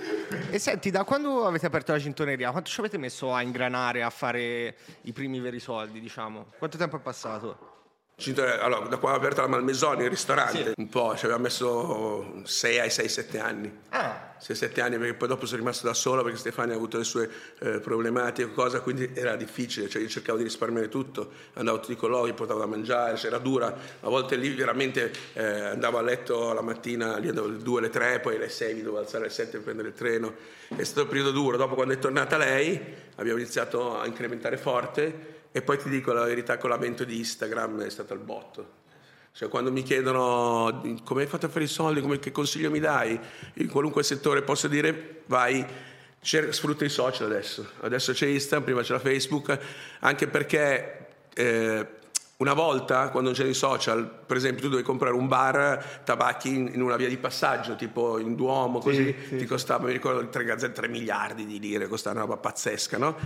E senti, da quando avete aperto la cintoneria, quanto ci avete messo a ingranare, a fare i primi veri soldi, diciamo? Quanto tempo è passato? Allora, da quando ho aperto la Malmaison, il ristorante, un po', ci aveva messo 6-7 anni. 6-7 anni, perché poi dopo sono rimasto da solo perché Stefania ha avuto le sue problematiche, cosa, quindi era difficile, cioè io cercavo di risparmiare tutto, andavo tutti i colloqui, portavo da mangiare, c'era dura, a volte lì veramente andavo a letto la mattina, lì andavo alle 2, alle 3, poi alle 6 mi dovevo alzare alle 7 per prendere il treno. È stato un periodo duro. Dopo, quando è tornata lei, abbiamo iniziato a incrementare forte. E poi ti dico la verità, con l'avvento di Instagram è stato il botto. Cioè, quando mi chiedono come hai fatto a fare i soldi, che consiglio mi dai, in qualunque settore posso dire vai, sfrutta i social adesso c'è Instagram, prima c'era Facebook, anche perché una volta, quando non c'erano i social, per esempio tu dovevi comprare un bar tabacchi in una via di passaggio, tipo in Duomo, così, ti costava, mi ricordo, 3 miliardi di lire, costava una roba pazzesca, no?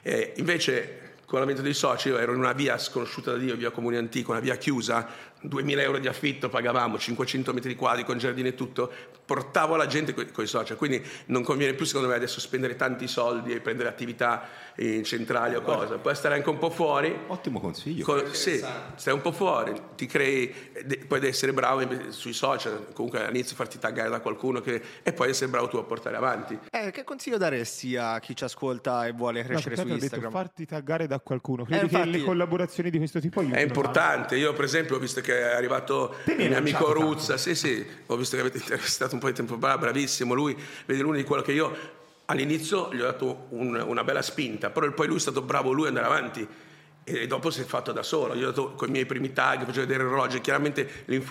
Invece con l'avvento dei soci, io ero in una via sconosciuta da Dio, via Comune Antico, una via chiusa, 2.000 euro di affitto pagavamo, 500 metri quadri con giardini e tutto, portavo la gente con i social, quindi non conviene più secondo me adesso spendere tanti soldi e prendere attività in centrali o cosa, puoi stare anche un po' fuori. Ottimo consiglio. Sì, stai un po' fuori, ti crei, puoi essere bravo sui social, comunque all'inizio farti taggare da qualcuno e poi essere bravo tu a portare avanti. Che consiglio daresti a chi ci ascolta e vuole crescere su Instagram? Detto, farti taggare da qualcuno, credi che le collaborazioni di questo tipo aiutino? È importante, io per esempio ho visto che è arrivato il mio amico Ruzza, sì, ho visto che avete intervistato un po' di tempo fa, bravissimo, lui, vedi, l'uno di quello che io all'inizio gli ho dato una bella spinta, però poi lui è stato bravo lui ad andare avanti e dopo si è fatto da solo. Io ho dato con i miei primi tag, facevo vedere orologi, chiaramente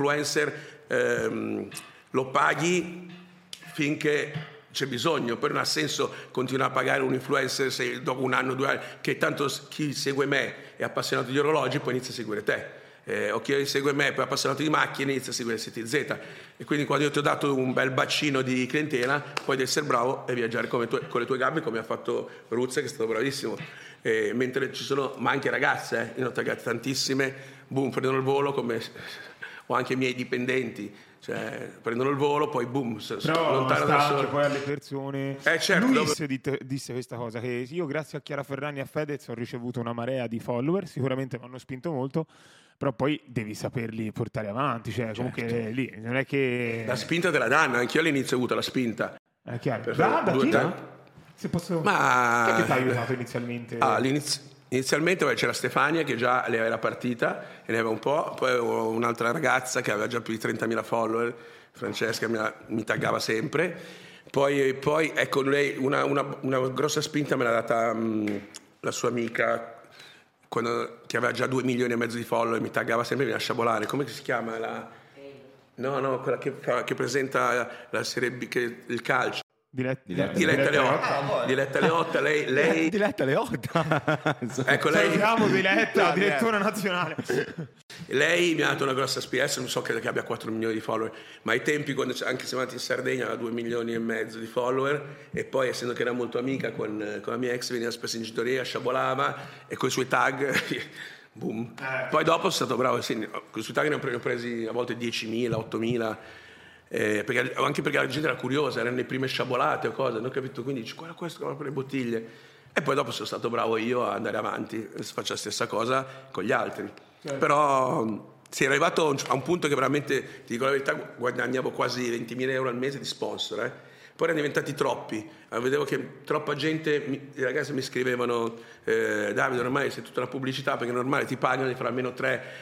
l'influencer lo paghi finché c'è bisogno, poi non ha senso continuare a pagare un influencer se dopo 1 anno, 2 anni, che tanto chi segue me è appassionato di orologi poi inizia a seguire te. O chi segue me poi è appassionato di macchine inizia a seguire CTZ, e quindi quando io ti ho dato un bel bacino di clientela puoi essere bravo e viaggiare con le tue gambe, come ha fatto Ruzza, che è stato bravissimo, mentre ci sono, ma anche ragazze, io ne ho taggate tantissime, boom, prendono il volo, come o anche i miei dipendenti, cioè prendono il volo, poi boom, lontano da solo. Poi alle persone. Certo, Luis disse questa cosa, che io grazie a Chiara Ferragni e a Fedez ho ricevuto una marea di follower, sicuramente mi hanno spinto molto, però poi devi saperli portare avanti, cioè comunque lì non è che la spinta te la danno, anch'io all'inizio ho avuto la spinta. È chiaro. Da chi? Se posso. Ma che ti ha aiutato inizialmente? Inizialmente c'era Stefania che già lei era partita e ne aveva un po', poi avevo un'altra ragazza che aveva già più di 30.000 follower, Francesca, mi taggava sempre, poi ecco, lei una grossa spinta me l'ha data la sua amica, che aveva già 2,5 milioni di follower, mi taggava sempre, mi lascia volare, come si chiama? No, quella che presenta la Serie B, il calcio. Diletta Leotta, lei Diletta Leotta. Ecco, lei salutiamo Diletta, direttore nazionale. Lei mi ha dato una grossa spinta, adesso non so che abbia 4 milioni di follower, ma ai tempi, quando anche siamo andati in Sardegna, aveva 2,5 milioni di follower, e poi essendo che era molto amica con la mia ex, veniva spesso in gitoria, sciabolava, e con i suoi tag boom. Poi dopo sono stato bravo, sì, con i suoi tag ne ho presi a volte 10.000, 8.000, anche perché la gente era curiosa, erano le prime sciabolate o cose, non ho capito, quindi dici, guarda questo, guarda per le bottiglie, e poi dopo sono stato bravo io a andare avanti e faccio la stessa cosa con gli altri. Però si è arrivato a un punto che veramente, ti dico la verità, guadagnavo quasi 20.000 euro al mese di sponsor, Poi erano diventati troppi, vedevo che troppa gente, i ragazzi mi scrivevano, Davide, ormai sei tutta una pubblicità, perché è normale, ti pagano, devi fare almeno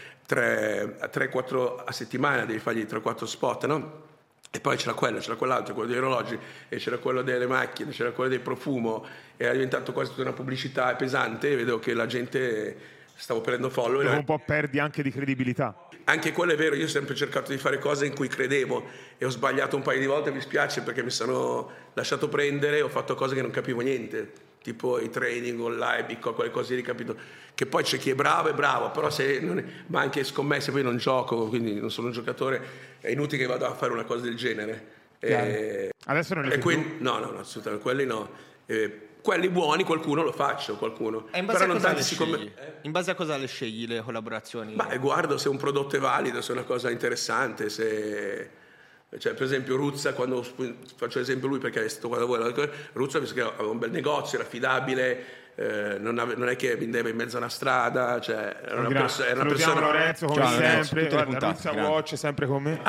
3-4 a settimana, devi fargli 3-4 spot, no? E poi c'era quell'altro, quello degli orologi, e c'era quello delle macchine, c'era quello del profumo, e era diventato quasi tutta una pubblicità pesante, e vedevo che la gente stavo prendendo follower. Un po' perdi anche di credibilità. Anche quello è vero, io ho sempre cercato di fare cose in cui credevo, e ho sbagliato un paio di volte, mi spiace, perché mi sono lasciato prendere, ho fatto cose che non capivo niente. tipo i training online, quelle cose lì, capito? Che poi c'è chi è bravo, però ma anche scommesse, poi non gioco, quindi non sono un giocatore, è inutile che vado a fare una cosa del genere. Adesso non le fai più? No, assolutamente, quelli no. Quelli buoni qualcuno lo faccio, qualcuno. E in base, però a non cosa tanti le scegli? In base a cosa le scegli le collaborazioni? Ma guardo se un prodotto è valido, se è una cosa interessante, cioè, per esempio Ruzza, quando faccio l'esempio lui perché è stato qua da voi, Ruzza visto che aveva un bel negozio, era affidabile, non è che vendeva in mezzo a una strada, cioè era una persona. Lorenzo come sempre, guarda, Ruzza Watch sempre con me.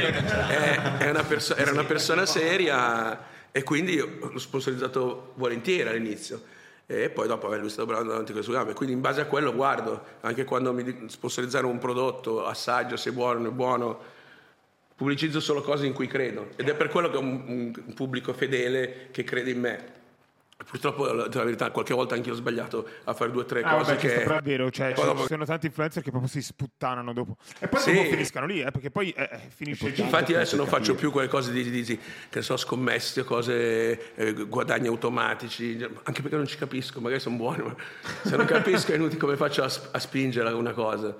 Era una persona seria e quindi l'ho sponsorizzato volentieri all'inizio. E poi dopo lui è stato bravo davanti con le sue gambe, quindi in base a quello guardo, anche quando mi sponsorizzare un prodotto, assaggio se è buono o non è buono, pubblicizzo solo cose in cui credo ed è per quello che ho un pubblico fedele che crede in me. Purtroppo, la verità, qualche volta anche io ho sbagliato a fare 2 o 3 cose che... Però è vero, cioè, ci sono tanti influencer che proprio si sputtanano dopo. E poi dopo finiscano lì, perché poi finisce già. Infatti adesso non faccio più quelle cose che so, scommesse, cose, guadagni automatici, anche perché non ci capisco, magari sono buoni, ma se non capisco è inutile, come faccio a spingere una cosa.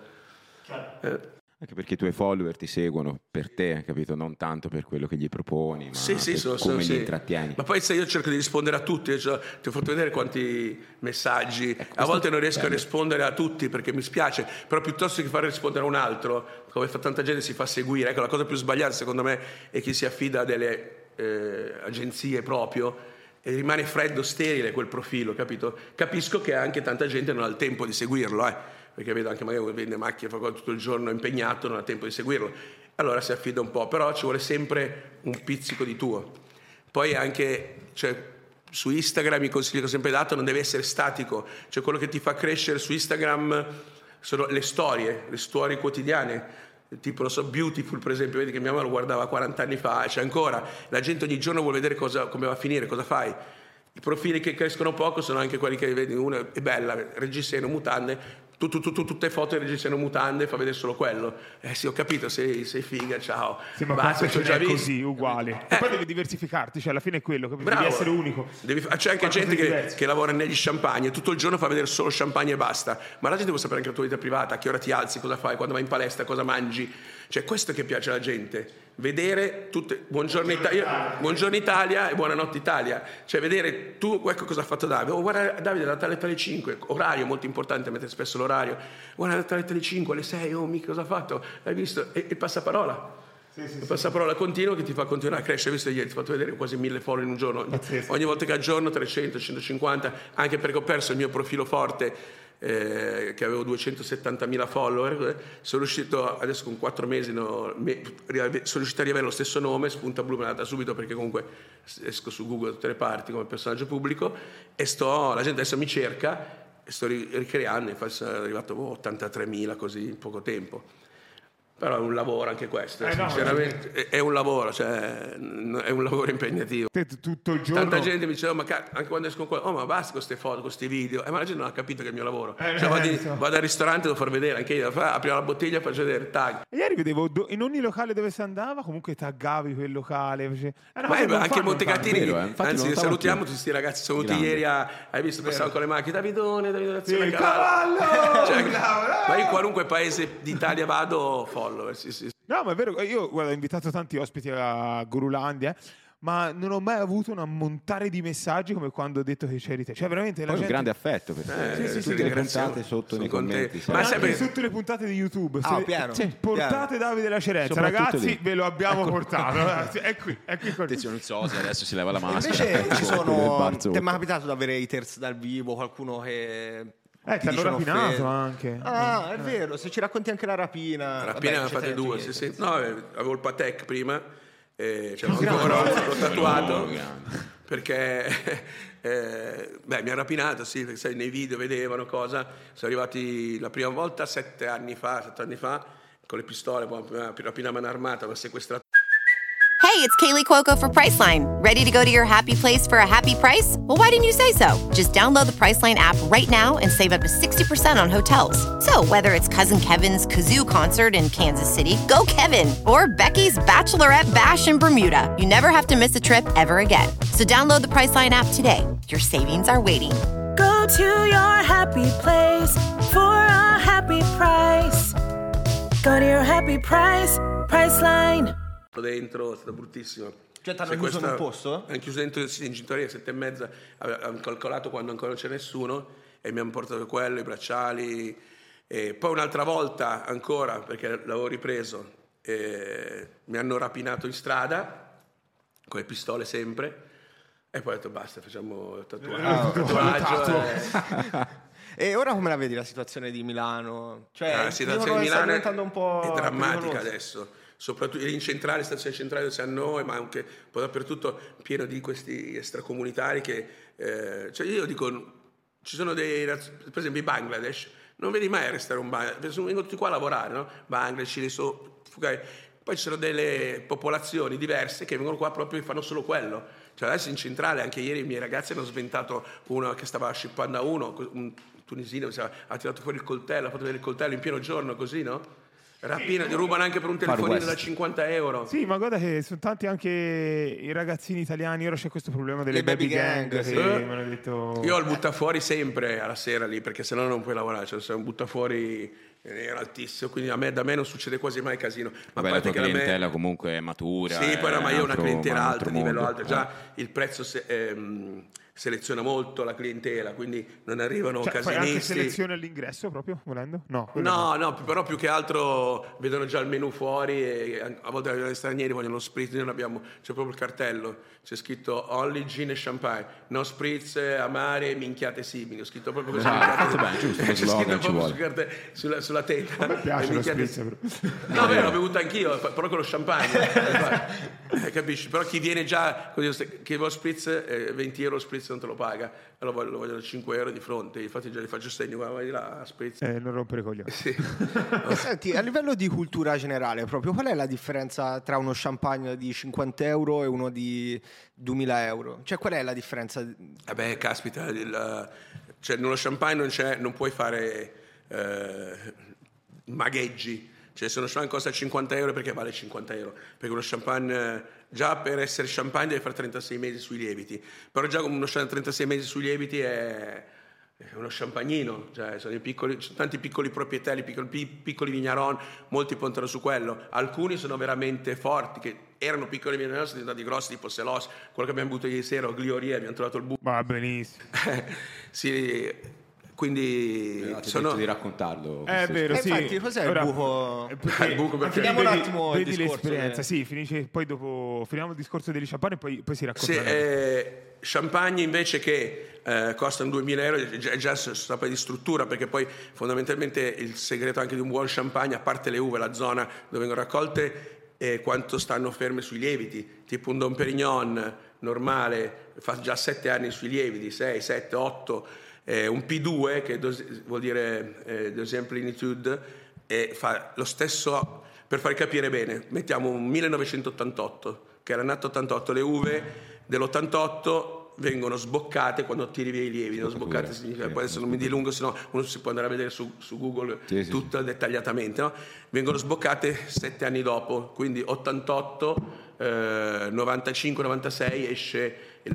Anche perché i tuoi follower ti seguono per te, capito? Non tanto per quello che gli proponi, ma come li intrattieni. Ma poi se io cerco di rispondere a tutti, cioè, ti ho fatto vedere quanti messaggi, a volte non riesco a rispondere a tutti perché mi spiace, però piuttosto che fare rispondere a un altro, come fa tanta gente, si fa seguire. Ecco, la cosa più sbagliata secondo me è chi si affida a delle agenzie proprio e rimane freddo, sterile quel profilo, capito? Capisco che anche tanta gente non ha il tempo di seguirlo, perché vedo anche magari uno vende macchine, fa tutto il giorno impegnato, non ha tempo di seguirlo, allora si affida un po', però ci vuole sempre un pizzico di tuo. Poi anche, cioè, su Instagram i consigli che ho sempre dato, non deve essere statico, cioè quello che ti fa crescere su Instagram sono le storie quotidiane, tipo, non so, Beautiful per esempio, vedi che mia mamma lo guardava 40 anni fa, c'è ancora, la gente ogni giorno vuole vedere come va a finire, cosa fai. I profili che crescono poco sono anche quelli che vedi, una è bella, reggiseno, mutande, tutte foto di reggiseno, mutande, fa vedere solo quello. Sì, ho capito, sei figa, ciao. Sì, ma basta, c'ho già visto. Così, uguale. E poi devi diversificarti, cioè alla fine è quello, capito? Devi essere unico. C'è anche gente che lavora negli champagne, tutto il giorno fa vedere solo champagne e basta, ma la gente vuole sapere anche la tua vita privata, a che ora ti alzi, cosa fai, quando vai in palestra, cosa mangi. Cioè questo che piace alla gente, vedere tutte buongiorno Italia e buonanotte Italia, cioè vedere tu, ecco cosa ha fatto Davide, guarda Davide da tale alle 5, orario molto importante, mettere spesso l'orario, guarda da tale alle 5, alle 6, mica cosa ha fatto, hai visto? E il passaparola. Il passaparola continuo che ti fa continuare a crescere. Visto ieri ti ho fatto vedere quasi 1000 follow in un giorno, ogni volta che aggiorno 300, 150, anche perché ho perso il mio profilo forte, che avevo 270.000 follower, sono riuscito adesso con 4 mesi sono riuscito a riavere lo stesso nome, spunta blu me l'ha data subito perché comunque esco su Google da tutte le parti come personaggio pubblico e la gente adesso mi cerca e sto ricreando, infatti sono arrivato 83.000 così in poco tempo. Però è un lavoro anche questo, sinceramente è un lavoro, cioè è un lavoro impegnativo. Tutto il giorno. Tanta gente mi diceva, ma anche quando esco qua, ma basta con queste foto, con questi video, ma la gente non ha capito che è il mio lavoro. Vado al ristorante, devo far vedere, anche io apriamo la bottiglia, faccio vedere, tag. E ieri vedevo in ogni locale dove si andava, comunque taggavi quel locale. Ma anche Montecatini, anzi salutiamo tutti questi ragazzi, sono venuti ieri hai visto, passavano con le macchine, Davidone, il cavallo! Ma io in qualunque paese d'Italia vado, follower, sì. No, ma è vero, io guarda, ho invitato tanti ospiti a Gurulandia, ma non ho mai avuto un ammontare di messaggi come quando ho detto che c'eri te. Cioè veramente la gente... un grande affetto per te. Tutte le puntate sotto nei commenti. Ma sempre sotto le puntate di YouTube. Piano. Portate Davide La Cerenza, ragazzi, ve lo abbiamo portato. È qui. Attenzione, non so se adesso si leva la maschera. Invece ci sono... Ti è mai capitato di avere haters dal vivo, qualcuno che... ti hanno rapinato anche. È vero, se ci racconti anche la rapina. La rapina ne ha fatte 2, sì. No, avevo il Patek prima, l'ho tatuato perché mi ha rapinato, sì, perché sai, nei video vedevano cosa. Sono arrivati la prima volta 7 anni fa, con le pistole, poi rapina a mano armata, mi ha sequestrato. Hey, it's Kaylee Cuoco for Priceline. Ready to go to your happy place for a happy price? Well, why didn't you say so? Just download the Priceline app right now and save up to 60% on hotels. So whether it's Cousin Kevin's Kazoo Concert in Kansas City, go Kevin, or Becky's Bachelorette Bash in Bermuda, you never have to miss a trip ever again. So download the Priceline app today. Your savings are waiting. Go to your happy place for a happy price. Go to your happy price, Priceline. Dentro, è stato bruttissimo. Cioè t'hanno chiuso nel posto? Hanno chiuso dentro, sì, in cintoria 7:30, hanno calcolato quando ancora non c'è nessuno e mi hanno portato quello, i bracciali. E poi un'altra volta ancora, perché l'avevo ripreso, mi hanno rapinato in strada, con le pistole sempre, e poi ho detto basta, facciamo tatuaggio. E ora come la vedi la situazione di Milano? Cioè, la situazione di Milano sta diventando un po' è drammatica pericolosa adesso, soprattutto in centrale, stazione centrale dove siamo noi, ma anche un po' dappertutto, pieno di questi extracomunitari che, cioè io dico, ci sono per esempio i Bangladesh, non vedi mai arrestare un Bangladesh, vengono tutti qua a lavorare, no? Bangladesh, poi ci sono delle popolazioni diverse che vengono qua proprio e fanno solo quello. Cioè adesso in centrale, anche ieri i miei ragazzi hanno sventato uno che stava scippando a uno, un tunisino, ha tirato fuori il coltello, ha fatto vedere il coltello in pieno giorno, così, no? Rapina, ti rubano anche per un telefonino da 50 euro. Sì, ma guarda che sono tanti anche i ragazzini italiani. Ora c'è questo problema delle Le baby gang, sì. sì. Mi hanno detto... Io ho il buttafuori sempre alla sera lì, perché sennò non puoi lavorare, cioè se un buttafuori era altissimo, quindi da me non succede quasi mai casino. Ma vabbè, la tua che clientela comunque è matura. Sì, poi ma io ho una clientela alta, livello alto, già Eh. il prezzo seleziona molto la clientela, quindi non arrivano Fai anche casinisti. selezione all'ingresso proprio, volendo? No, No, però più che altro vedono già il menù fuori e a volte gli stranieri vogliono lo spritz, noi abbiamo, c'è proprio il cartello, c'è scritto only gin e champagne, no spritz, amare, minchiate simili, ho scritto proprio così. Fatto bene, giusto, lo C'è slogan scritto ci vuole. sulla tenda. A me piace lo spritz, No, beh, l'ho bevuto anch'io, però con lo champagne. Capisci? Però chi viene già, chi vuole lo spritz, 20 euro lo spritz non te lo paga, allora lo vogliono 5 euro di fronte, infatti già gli faccio segno, guarda, vai là, spritz. non rompere i coglioni. Sì. Senti, a livello di cultura generale, proprio qual è la differenza tra uno champagne di 50 euro e uno di 2000 euro? Cioè, qual è la differenza? Vabbè, caspita, cioè nello champagne non puoi fare magheggi. Cioè se uno champagne costa 50 euro perché vale 50 euro? Perché uno champagne, già per essere champagne deve fare 36 mesi sui lieviti, però già come uno champagne 36 mesi sui lieviti è uno champagnino, cioè sono tanti piccoli proprietari, piccoli vigneron, molti puntano su quello, alcuni sono veramente forti, che erano piccoli vigneron, sono diventati grossi, tipo Selos, quello che abbiamo avuto ieri sera, o Glioria, abbiamo trovato il buco. Va benissimo. Sì, quindi Sono di raccontarlo. È vero, sì. Infatti, cos'è il buco? Il buco perché Chiudiamo un attimo il vedi discorso. l'esperienza, sì, finisce, poi dopo finiamo il discorso degli champagne e poi si racconta. Sì, champagne invece che costano 2.000 euro è già di struttura, perché poi fondamentalmente il segreto anche di un buon champagne, a parte le uve, la zona dove vengono raccolte, è quanto stanno ferme sui lieviti. Tipo un Dom Perignon normale fa già 7 anni sui lieviti, 6, 7, 8. Un P2 che vuol dire deuxième plénitude, e fa lo stesso, per far capire bene, mettiamo un 1988 che era nato 88, le uve dell'88 vengono sboccate quando tiri via i lievi, non sboccate significa, poi adesso non mi dilungo, sennò uno si può andare a vedere su Google tutto dettagliatamente, no? Vengono sboccate 7 anni dopo, quindi 88, 95, 96 esce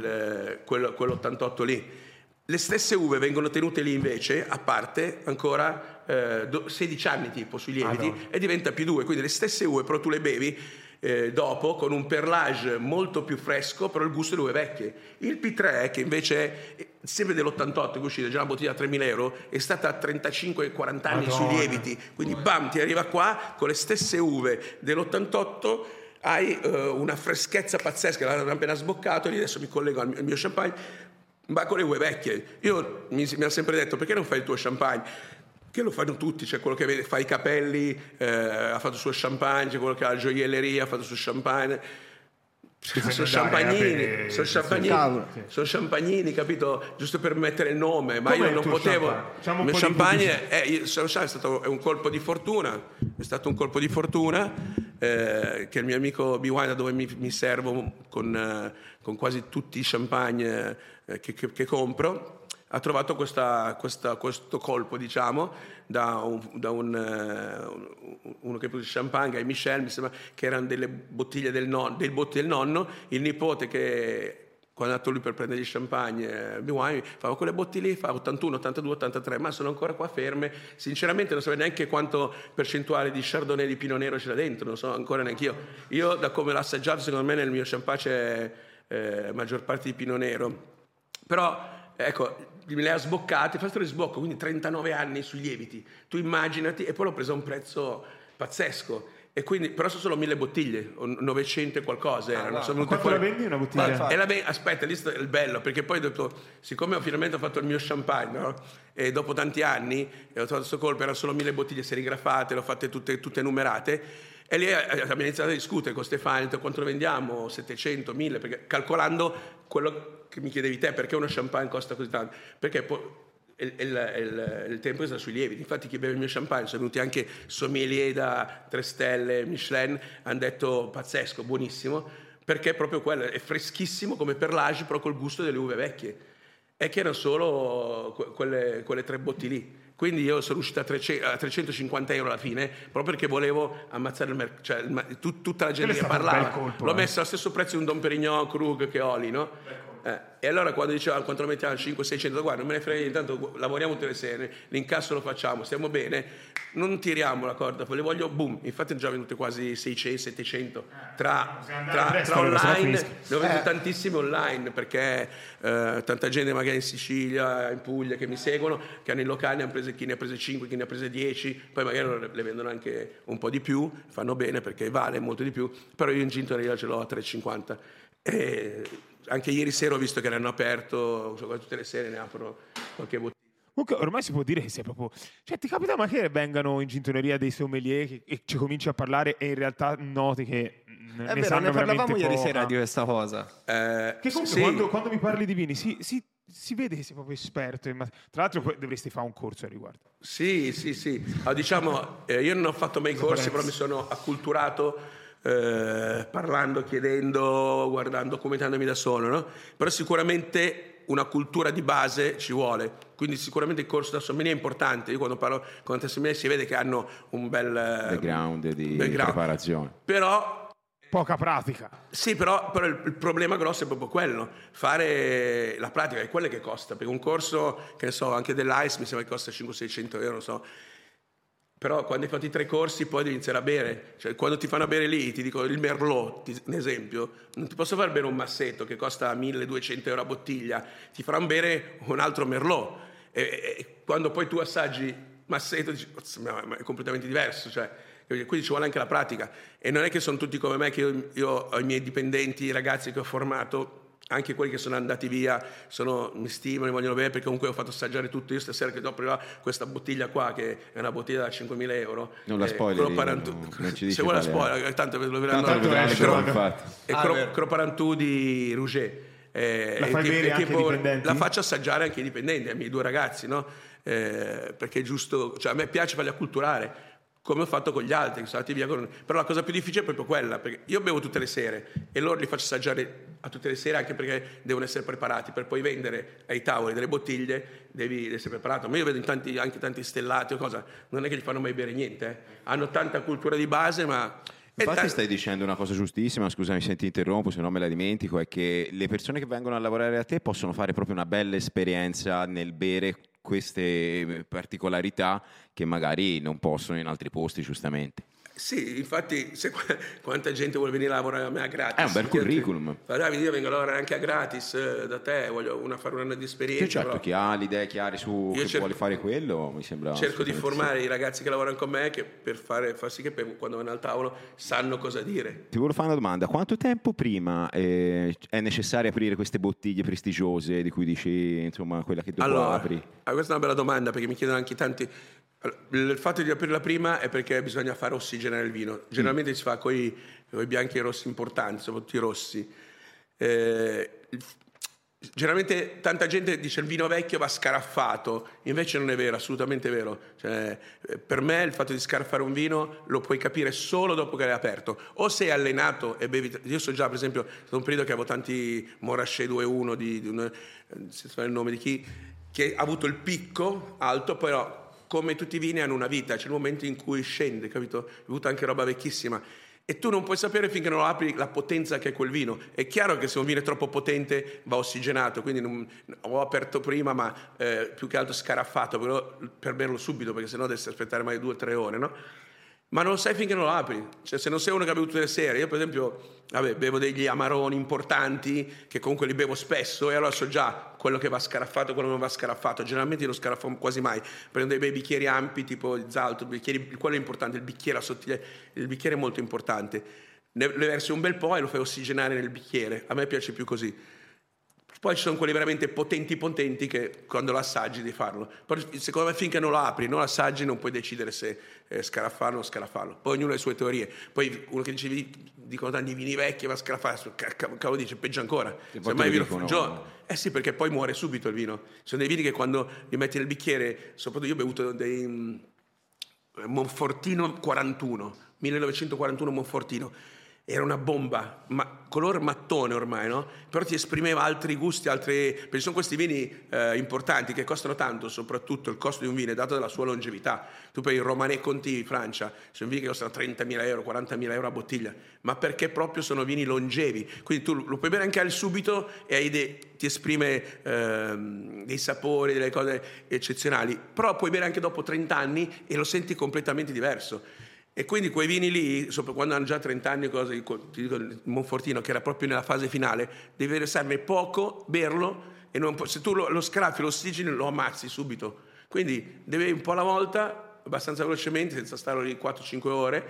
quell'88 lì. Le stesse uve vengono tenute lì invece, a parte, ancora 16 anni tipo sui lieviti, e diventa P2, quindi le stesse uve però tu le bevi dopo con un perlage molto più fresco, però il gusto delle uve vecchie. Il P3, che invece è sempre dell'88, che è uscita già una bottiglia da 3.000 euro, è stata a 35-40 anni sui lieviti, quindi bam, ti arriva qua con le stesse uve dell'88, hai una freschezza pazzesca, l'hanno appena sboccato, e adesso mi collego al mio champagne, ma con le uve vecchie. Io mi ha sempre detto, perché non fai il tuo champagne? Che lo fanno tutti, c'è quello che fa i capelli, ha fatto il suo champagne, c'è quello che ha la gioielleria, ha fatto il suo champagne. Sono champagnini, sono champagnini, capito? Giusto per mettere il nome, ma com'è io non potevo. Il mio champagne è stato un colpo di fortuna, è stato un colpo di fortuna. che è il mio amico B-Wine, da dove mi servo con quasi tutti i champagne che compro, ha trovato questo colpo, diciamo, da uno che produce champagne, Guy Michel, mi sembra, che erano delle bottiglie del nonno, il nipote che... Quando è andato lui per prendere gli champagne, B-Wine, fa quelle bottiglie lì, fa 81, 82, 83, ma sono ancora qua ferme. Sinceramente non so neanche quanto percentuale di Chardonnay e di Pinot Nero c'è dentro, non so ancora neanche io. Io, da come l'ho assaggiato, secondo me nel mio champagne c'è maggior parte di Pinot Nero. Però, ecco, me le ha sboccate, fa il sbocco, quindi 39 anni sui lieviti. Tu immaginati, e poi l'ho presa a un prezzo pazzesco. E quindi, però sono solo 1000 bottiglie, o 900 e qualcosa erano. Ma quanto la vendi una bottiglia? Aspetta, lì sta il bello, perché poi siccome finalmente ho fatto il mio champagne, no? E dopo tanti anni ho trovato questo colpo, erano solo 1000 bottiglie serigrafate, le ho fatte tutte numerate, e lì abbiamo iniziato a discutere con Stefano, quanto lo vendiamo, 700, 1000, perché calcolando quello che mi chiedevi te, perché uno champagne costa così tanto? Perché poi il tempo sta sui lieviti. Infatti chi beve il mio champagne, sono venuti anche sommelier da 3 stelle Michelin, hanno detto pazzesco, buonissimo, perché è proprio quello, è freschissimo come per l'age, però col gusto delle uve vecchie, e che erano solo quelle 3 bottiglie lì. Quindi io sono uscito a 350 euro alla fine, proprio perché volevo ammazzare il mercato, tutta la gente che parlava. L'ho messo allo stesso prezzo di un Dom Perignon Krug che ho lì, no? E allora quando diceva quanto lo mettiamo 500-600, guarda, non me ne frega niente, tanto lavoriamo tutte le sere, l'incasso lo facciamo, stiamo bene, non tiriamo la corda, poi le voglio, boom. Infatti sono già vendute quasi 600-700 tra online, ne ho vendute tantissime online, perché tanta gente magari in Sicilia, in Puglia che mi seguono, che hanno i locali, chi ne ha prese 5, chi ne ha prese 10, poi magari le vendono anche un po' di più, fanno bene perché vale molto di più, però io in gin tonic ce l'ho a 3,50. E anche ieri sera ho visto che l'hanno aperto, tutte le sere ne aprono qualche bottiglia. Comunque ormai si può dire che sei proprio... Cioè ti capita mai che vengano in gintoneria dei sommelier e ci cominci a parlare e in realtà noti che ne sanno parlavamo ieri sera di questa cosa. Che comunque quando mi parli di vini si vede che sei proprio esperto. Tra l'altro dovresti fare un corso a riguardo. Sì. Diciamo, io non ho fatto mai corsi, però mi sono acculturato parlando, chiedendo, guardando, documentandomi da solo, no? Però sicuramente una cultura di base ci vuole, quindi sicuramente il corso da sommelier è importante. Io quando parlo con altri sommelier si vede che hanno un bel background di preparazione, però poca pratica. Sì, però il problema grosso è proprio quello, fare la pratica, è quello che costa, perché un corso, che ne so, anche dell'ICE mi sembra che costa 500-600 euro, non so. Però quando hai fatto i 3 corsi poi devi iniziare a bere. Cioè, quando ti fanno bere lì, ti dico il Merlot, un esempio, non ti posso far bere un massetto che costa 1200 euro a bottiglia, ti faranno bere un altro Merlot. E quando poi tu assaggi massetto dici, ma è completamente diverso, cioè, quindi ci vuole anche la pratica. E non è che sono tutti come me, che io ho i miei dipendenti, i ragazzi che ho formato, anche quelli che sono andati via mi stimano, mi vogliono bene, perché comunque ho fatto assaggiare tutto. Io stasera che dopo questa bottiglia qua, che è una bottiglia da 5.000 euro, non la spoiler, non ci dice, se vuoi la spoiler, tanto lo Croparantù di Rouget, la fai bere anche ai dipendenti? La faccio assaggiare anche ai dipendenti, ai miei 2 ragazzi, no? Perché è giusto, cioè a me piace farli acculturare, come ho fatto con gli altri che sono andati via però la cosa più difficile è proprio quella, perché io bevo tutte le sere e loro li faccio assaggiare a tutte le sere, anche perché devono essere preparati per poi vendere ai tavoli delle bottiglie, devi essere preparato. Ma io vedo anche tanti stellati o cosa, non è che gli fanno mai bere niente, hanno tanta cultura di base, ma infatti stai dicendo una cosa giustissima, scusami se ti interrompo, se no me la dimentico, è che le persone che vengono a lavorare da te possono fare proprio una bella esperienza nel bere queste particolarità che magari non possono in altri posti, giustamente. Sì, infatti quanta gente vuole venire a lavorare a me a gratis. È un bel curriculum. Io vengo a lavorare anche a gratis da te, voglio fare un anno di esperienza. Certo, però chi ha le idee chiare su che vuole fare quello, mi sembra. Cerco di formare i ragazzi che lavorano con me per far sì che quando vanno al tavolo sanno cosa dire. Ti volevo fare una domanda: quanto tempo prima è necessario aprire queste bottiglie prestigiose di cui dici, insomma, quella che dopo apri? Questa è una bella domanda, perché mi chiedono anche tanti. Il fatto di aprirla prima è perché bisogna fare ossigenare il vino. Generalmente si fa con i bianchi e rossi importanti, soprattutto i rossi. generalmente tanta gente dice il vino vecchio va scaraffato, invece non è vero, assolutamente vero. Cioè, per me il fatto di scarafare un vino lo puoi capire solo dopo che l'hai aperto, o sei allenato e bevi. Io so già, per esempio, è stato un periodo che avevo tanti Montrachet 2-1 non si sa il nome di chi, che ha avuto il picco alto, però come tutti i vini hanno una vita, c'è il momento in cui scende, capito? Ho avuto anche roba vecchissima. E tu non puoi sapere finché non lo apri la potenza che è quel vino. È chiaro che se un vino è troppo potente va ossigenato, quindi ho aperto prima, ma più che altro scaraffato, però per berlo subito, perché sennò devi aspettare mai 2 o 3 ore, no? Ma non lo sai finché non lo apri. Cioè, se non sei uno che ha bevuto tutte le sere, io per esempio bevo degli amaroni importanti che comunque li bevo spesso, e allora so già quello che va scarafato e quello che non va scarafato. Generalmente non scarafo quasi mai, prendo dei bei bicchieri ampi tipo il Zalto, quello è importante, il bicchiere sottile, il bicchiere è molto importante, ne versi un bel po' e lo fai ossigenare nel bicchiere. A me piace più così. Poi ci sono quelli veramente potenti che quando lo assaggi devi farlo. Però secondo me finché non lo apri, non lo assaggi, non puoi decidere se scarafarlo o non scarafarlo. Poi ognuno ha le sue teorie. Poi uno che dicono tanti vini vecchi va a scarafare, cavolo dice, peggio ancora. Se mai vino sì, perché poi muore subito il vino. Ci sono dei vini che quando li metti nel bicchiere, soprattutto io ho bevuto dei Monfortino 41, 1941 Monfortino. Era una bomba, color mattone ormai, no? Però ti esprimeva altri gusti, perché sono questi vini importanti che costano tanto, soprattutto il costo di un vino è dato dalla sua longevità. Tu per il Romanée Conti in Francia, sono vini che costano 30.000 euro, 40.000 euro a bottiglia, ma perché proprio sono vini longevi. Quindi tu lo puoi bere anche al subito e ti esprime dei sapori, delle cose eccezionali, però puoi bere anche dopo 30 anni e lo senti completamente diverso. E quindi quei vini lì, quando hanno già 30 anni, ti dico il Monfortino, che era proprio nella fase finale, devi versarne poco, berlo, e se tu lo scraffi, lo ossigeni, lo ammazzi subito. Quindi devi un po' alla volta, abbastanza velocemente, senza stare lì 4-5 ore,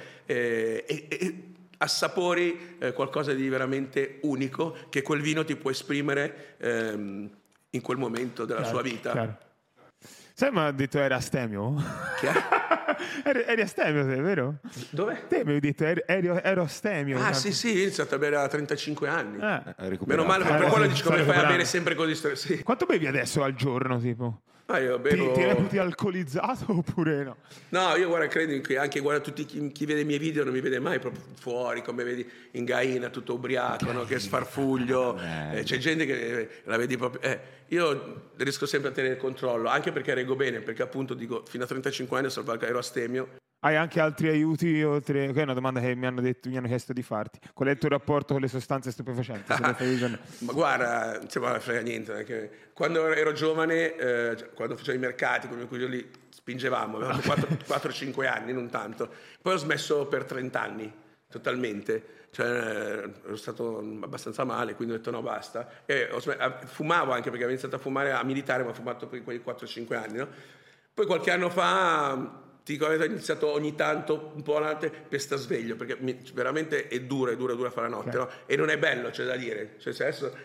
e assapori qualcosa di veramente unico che quel vino ti può esprimere in quel momento della sua vita. Chiaro. Sai, mi ha detto era astemio? Che è? Eri astemio, te, vero? Dove? Te mi hai detto ero astemio. Ah, sì, ho iniziato a bere a 35 anni. Meno male, per quello dici come fai a bere sempre così. Sì. Quanto bevi adesso al giorno, tipo? Io bevo... Ti reputi alcolizzato oppure no? No, io credo che anche tutti chi vede i miei video non mi vede mai proprio fuori, come vedi in Gaina, tutto ubriaco, no? Che sfarfuglio. C'è gente che la vedi proprio... Io riesco sempre a tenere il controllo, anche perché reggo bene, perché appunto dico, fino a 35 anni ero astemio. Hai anche altri aiuti oltre? Che è una domanda che mi hanno chiesto di farti. Qual è il tuo rapporto con le sostanze stupefacenti? Ma guarda, non me ne frega niente. Perché quando ero giovane, quando facevo i mercati, come quelli lì, spingevamo, avevamo 4-5 anni, non tanto. Poi ho smesso per 30 anni, totalmente. Cioè, ero stato abbastanza male, quindi ho detto no, basta. Fumavo anche, perché avevo iniziato a fumare a militare, ma ho fumato per quei 4-5 anni, no? Poi qualche anno fa... ho iniziato ogni tanto un po' la notte per sta sveglio, perché veramente è dura fare la notte, no? E non è bello, c'è da dire. Cioè,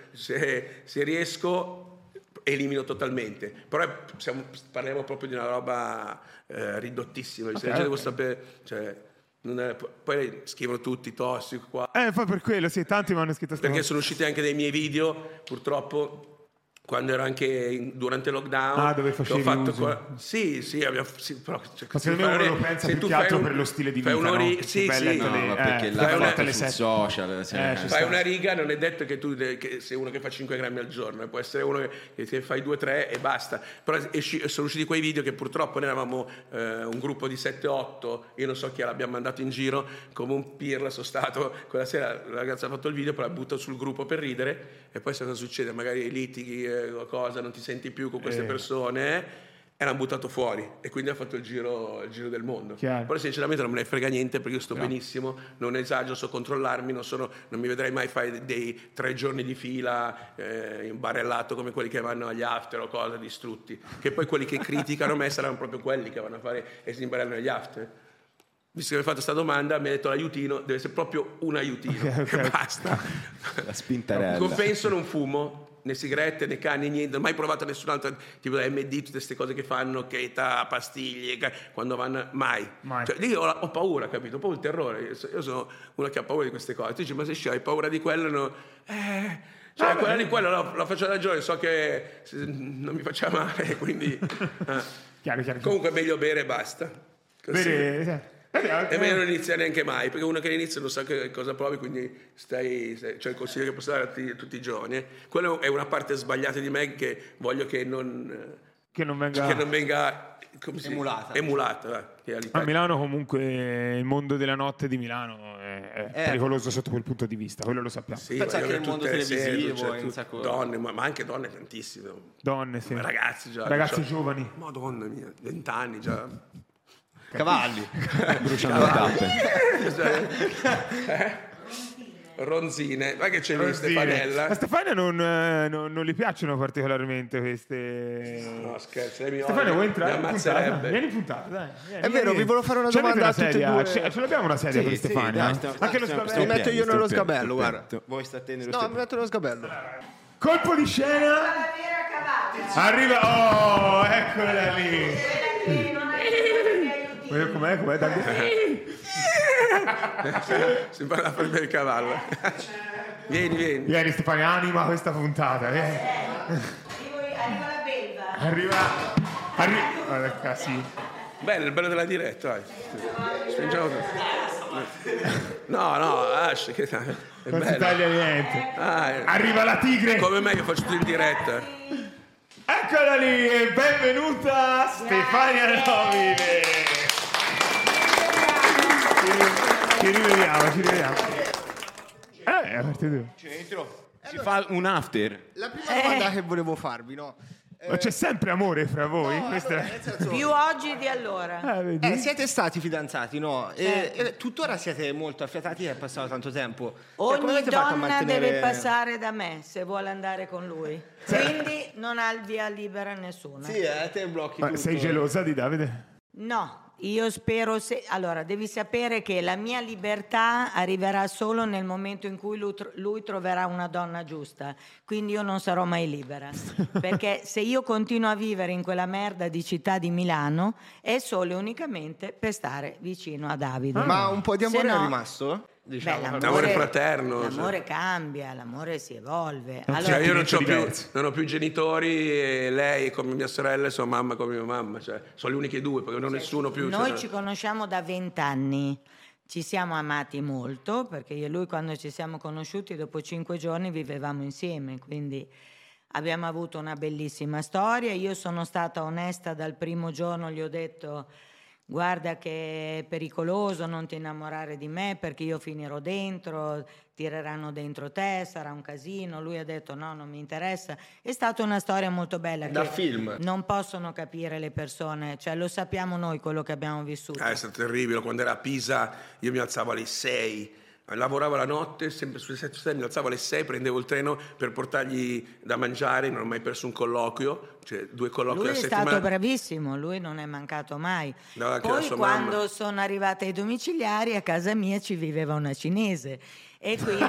se riesco elimino totalmente, però parliamo proprio di una roba ridottissima. Se la gente vuole sapere, cioè, poi scrivono tutti tossico qua. Poi per quello, sì, tanti mi hanno scritto perché sono usciti anche dei miei video, purtroppo. Quando ero anche durante il lockdown, dove facevi uso? Sì, però ma secondo me uno lo pensa più che altro per lo stile di vita, no? Perché l'ha fatto sul social. Fai una riga, non è detto che tu sei uno che fa 5 grammi al giorno, può essere uno che fai 2-3 e basta. Però sono usciti quei video che purtroppo noi eravamo un gruppo di 7-8, io non so chi l'abbiamo mandato in giro, come un pirla sono stato. Quella sera la ragazza ha fatto il video, poi l'ha buttato sul gruppo per ridere, e poi cosa succede? Magari litighi, qualcosa, non ti senti più con queste persone, e l'hanno buttato fuori, e quindi ha fatto il giro del mondo. Chiaro. Però sinceramente non me ne frega niente, perché io sto benissimo, non esagero, so controllarmi, non mi vedrai mai fare dei 3 giorni di fila imbarellato come quelli che vanno agli after o cose distrutti, che poi quelli che criticano me saranno proprio quelli che vanno a fare e si imbarellano agli after. Visto che mi hai fatto questa domanda, mi ha detto l'aiutino deve essere proprio un aiutino, e basta. La spintarella. Compenso, non fumo né sigarette né canne, niente, non ho mai provato nessun altro tipo da MD, tutte queste cose che fanno, cheta, pastiglie, quando vanno, mai. Cioè, lì ho paura, capito? Ho paura, il terrore. Io sono uno che ha paura di queste cose. Tu dici, ma se hai paura di quello, no? Cioè, quella lì, quella la faccio da giovane, so che non mi faccia male, quindi... Chiaro. Comunque è meglio bere e basta. Così. E meglio non iniziare neanche mai, perché uno che inizia non sa che cosa provi, quindi cioè il consiglio che posso dare a tutti i giovani. Quello è una parte sbagliata di me che voglio che non venga come si emulata. A Milano comunque il mondo della notte di Milano è pericoloso sotto quel punto di vista, quello lo sappiamo. Sì, pensa che il mondo televisivo è un sacco... donne, ma anche donne tantissime. Donne, sì. Ragazzi già. Ragazzi giovani. Madonna mia, 20 anni già. Cavalli. Bruciano le tappe. Ronzine, ma che c'è lì Stefanella? A Stefania non gli piacciono particolarmente queste. No, scherzo, Stefania, vuoi entrare? Mi ammazzerebbe. Vieni in puntata, dai. È vero, vi volevo fare una domanda a tutti e due. Ce l'abbiamo una sedia per Stefania? Anche lo Mi metto io nello sgabello, guarda. Vuoi stare nello No, mi metto nello sgabello. Colpo di scena. Arriva. Oh, eccola lì. Com'è? Si parla a prendere il cavallo. Vieni. Vieni Stefania, anima questa puntata. Vieni. Arriva la belva. Guarda, sì. Bello, il bello della diretta, dai. Spingiamo tutto. No, Ash, che è non bello. si taglia niente. Arriva la tigre. Come me, io faccio tutto in diretta. Eccola lì e benvenuta Stefania Nobile. Ci rivediamo. Si fa un after. La prima domanda che volevo farvi, no? Ma c'è sempre amore fra voi? No, Questa... allora, nel senso, Più oggi di allora. siete stati fidanzati, no? E tuttora siete molto affiatati, è passato tanto tempo. Ogni donna deve passare da me se vuole andare con lui. Quindi non ha il via libera nessuno. Sì, te blocchi tutto. Sei gelosa di Davide? No, io spero allora, devi sapere che la mia libertà arriverà solo nel momento in cui lui troverà una donna giusta, quindi io non sarò mai libera, perché se io continuo a vivere in quella merda di città di Milano è solo e unicamente per stare vicino a Davide. Ma un po' di amore è rimasto? Diciamo. L'amore fraterno. L'amore cambia, l'amore si evolve. Allora, io non ho più genitori e lei come mia sorella e sua mamma come mia mamma, cioè sono le uniche due perché non ho nessuno più. Noi ci conosciamo da 20 anni, ci siamo amati molto perché io e lui quando ci siamo conosciuti dopo 5 giorni vivevamo insieme, quindi abbiamo avuto una bellissima storia. Io sono stata onesta dal primo giorno, gli ho detto: guarda che è pericoloso, non ti innamorare di me perché io finirò dentro, tireranno dentro te, sarà un casino. Lui ha detto no, non mi interessa. È stata una storia molto bella da che film. Non possono capire le persone, cioè lo sappiamo noi quello che abbiamo vissuto. È stato terribile, quando era a Pisa io mi alzavo alle 6, lavoravo la notte, sempre sulle 7, mi alzavo alle 6, prendevo il treno per portargli da mangiare, non ho mai perso un colloquio, cioè 2 colloqui lui a settimana. Lui è stato bravissimo, lui non è mancato mai. No, poi quando sono arrivata ai domiciliari a casa mia ci viveva una cinese e quindi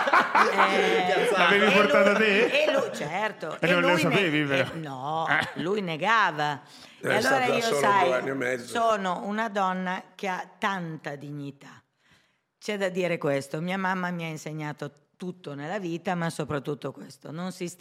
l'avevi portata te? E lui, certo. E non lo sapevi però? No, lui negava. E allora io sono una donna che ha tanta dignità. C'è da dire questo, mia mamma mi ha insegnato tutto nella vita, ma soprattutto questo, non si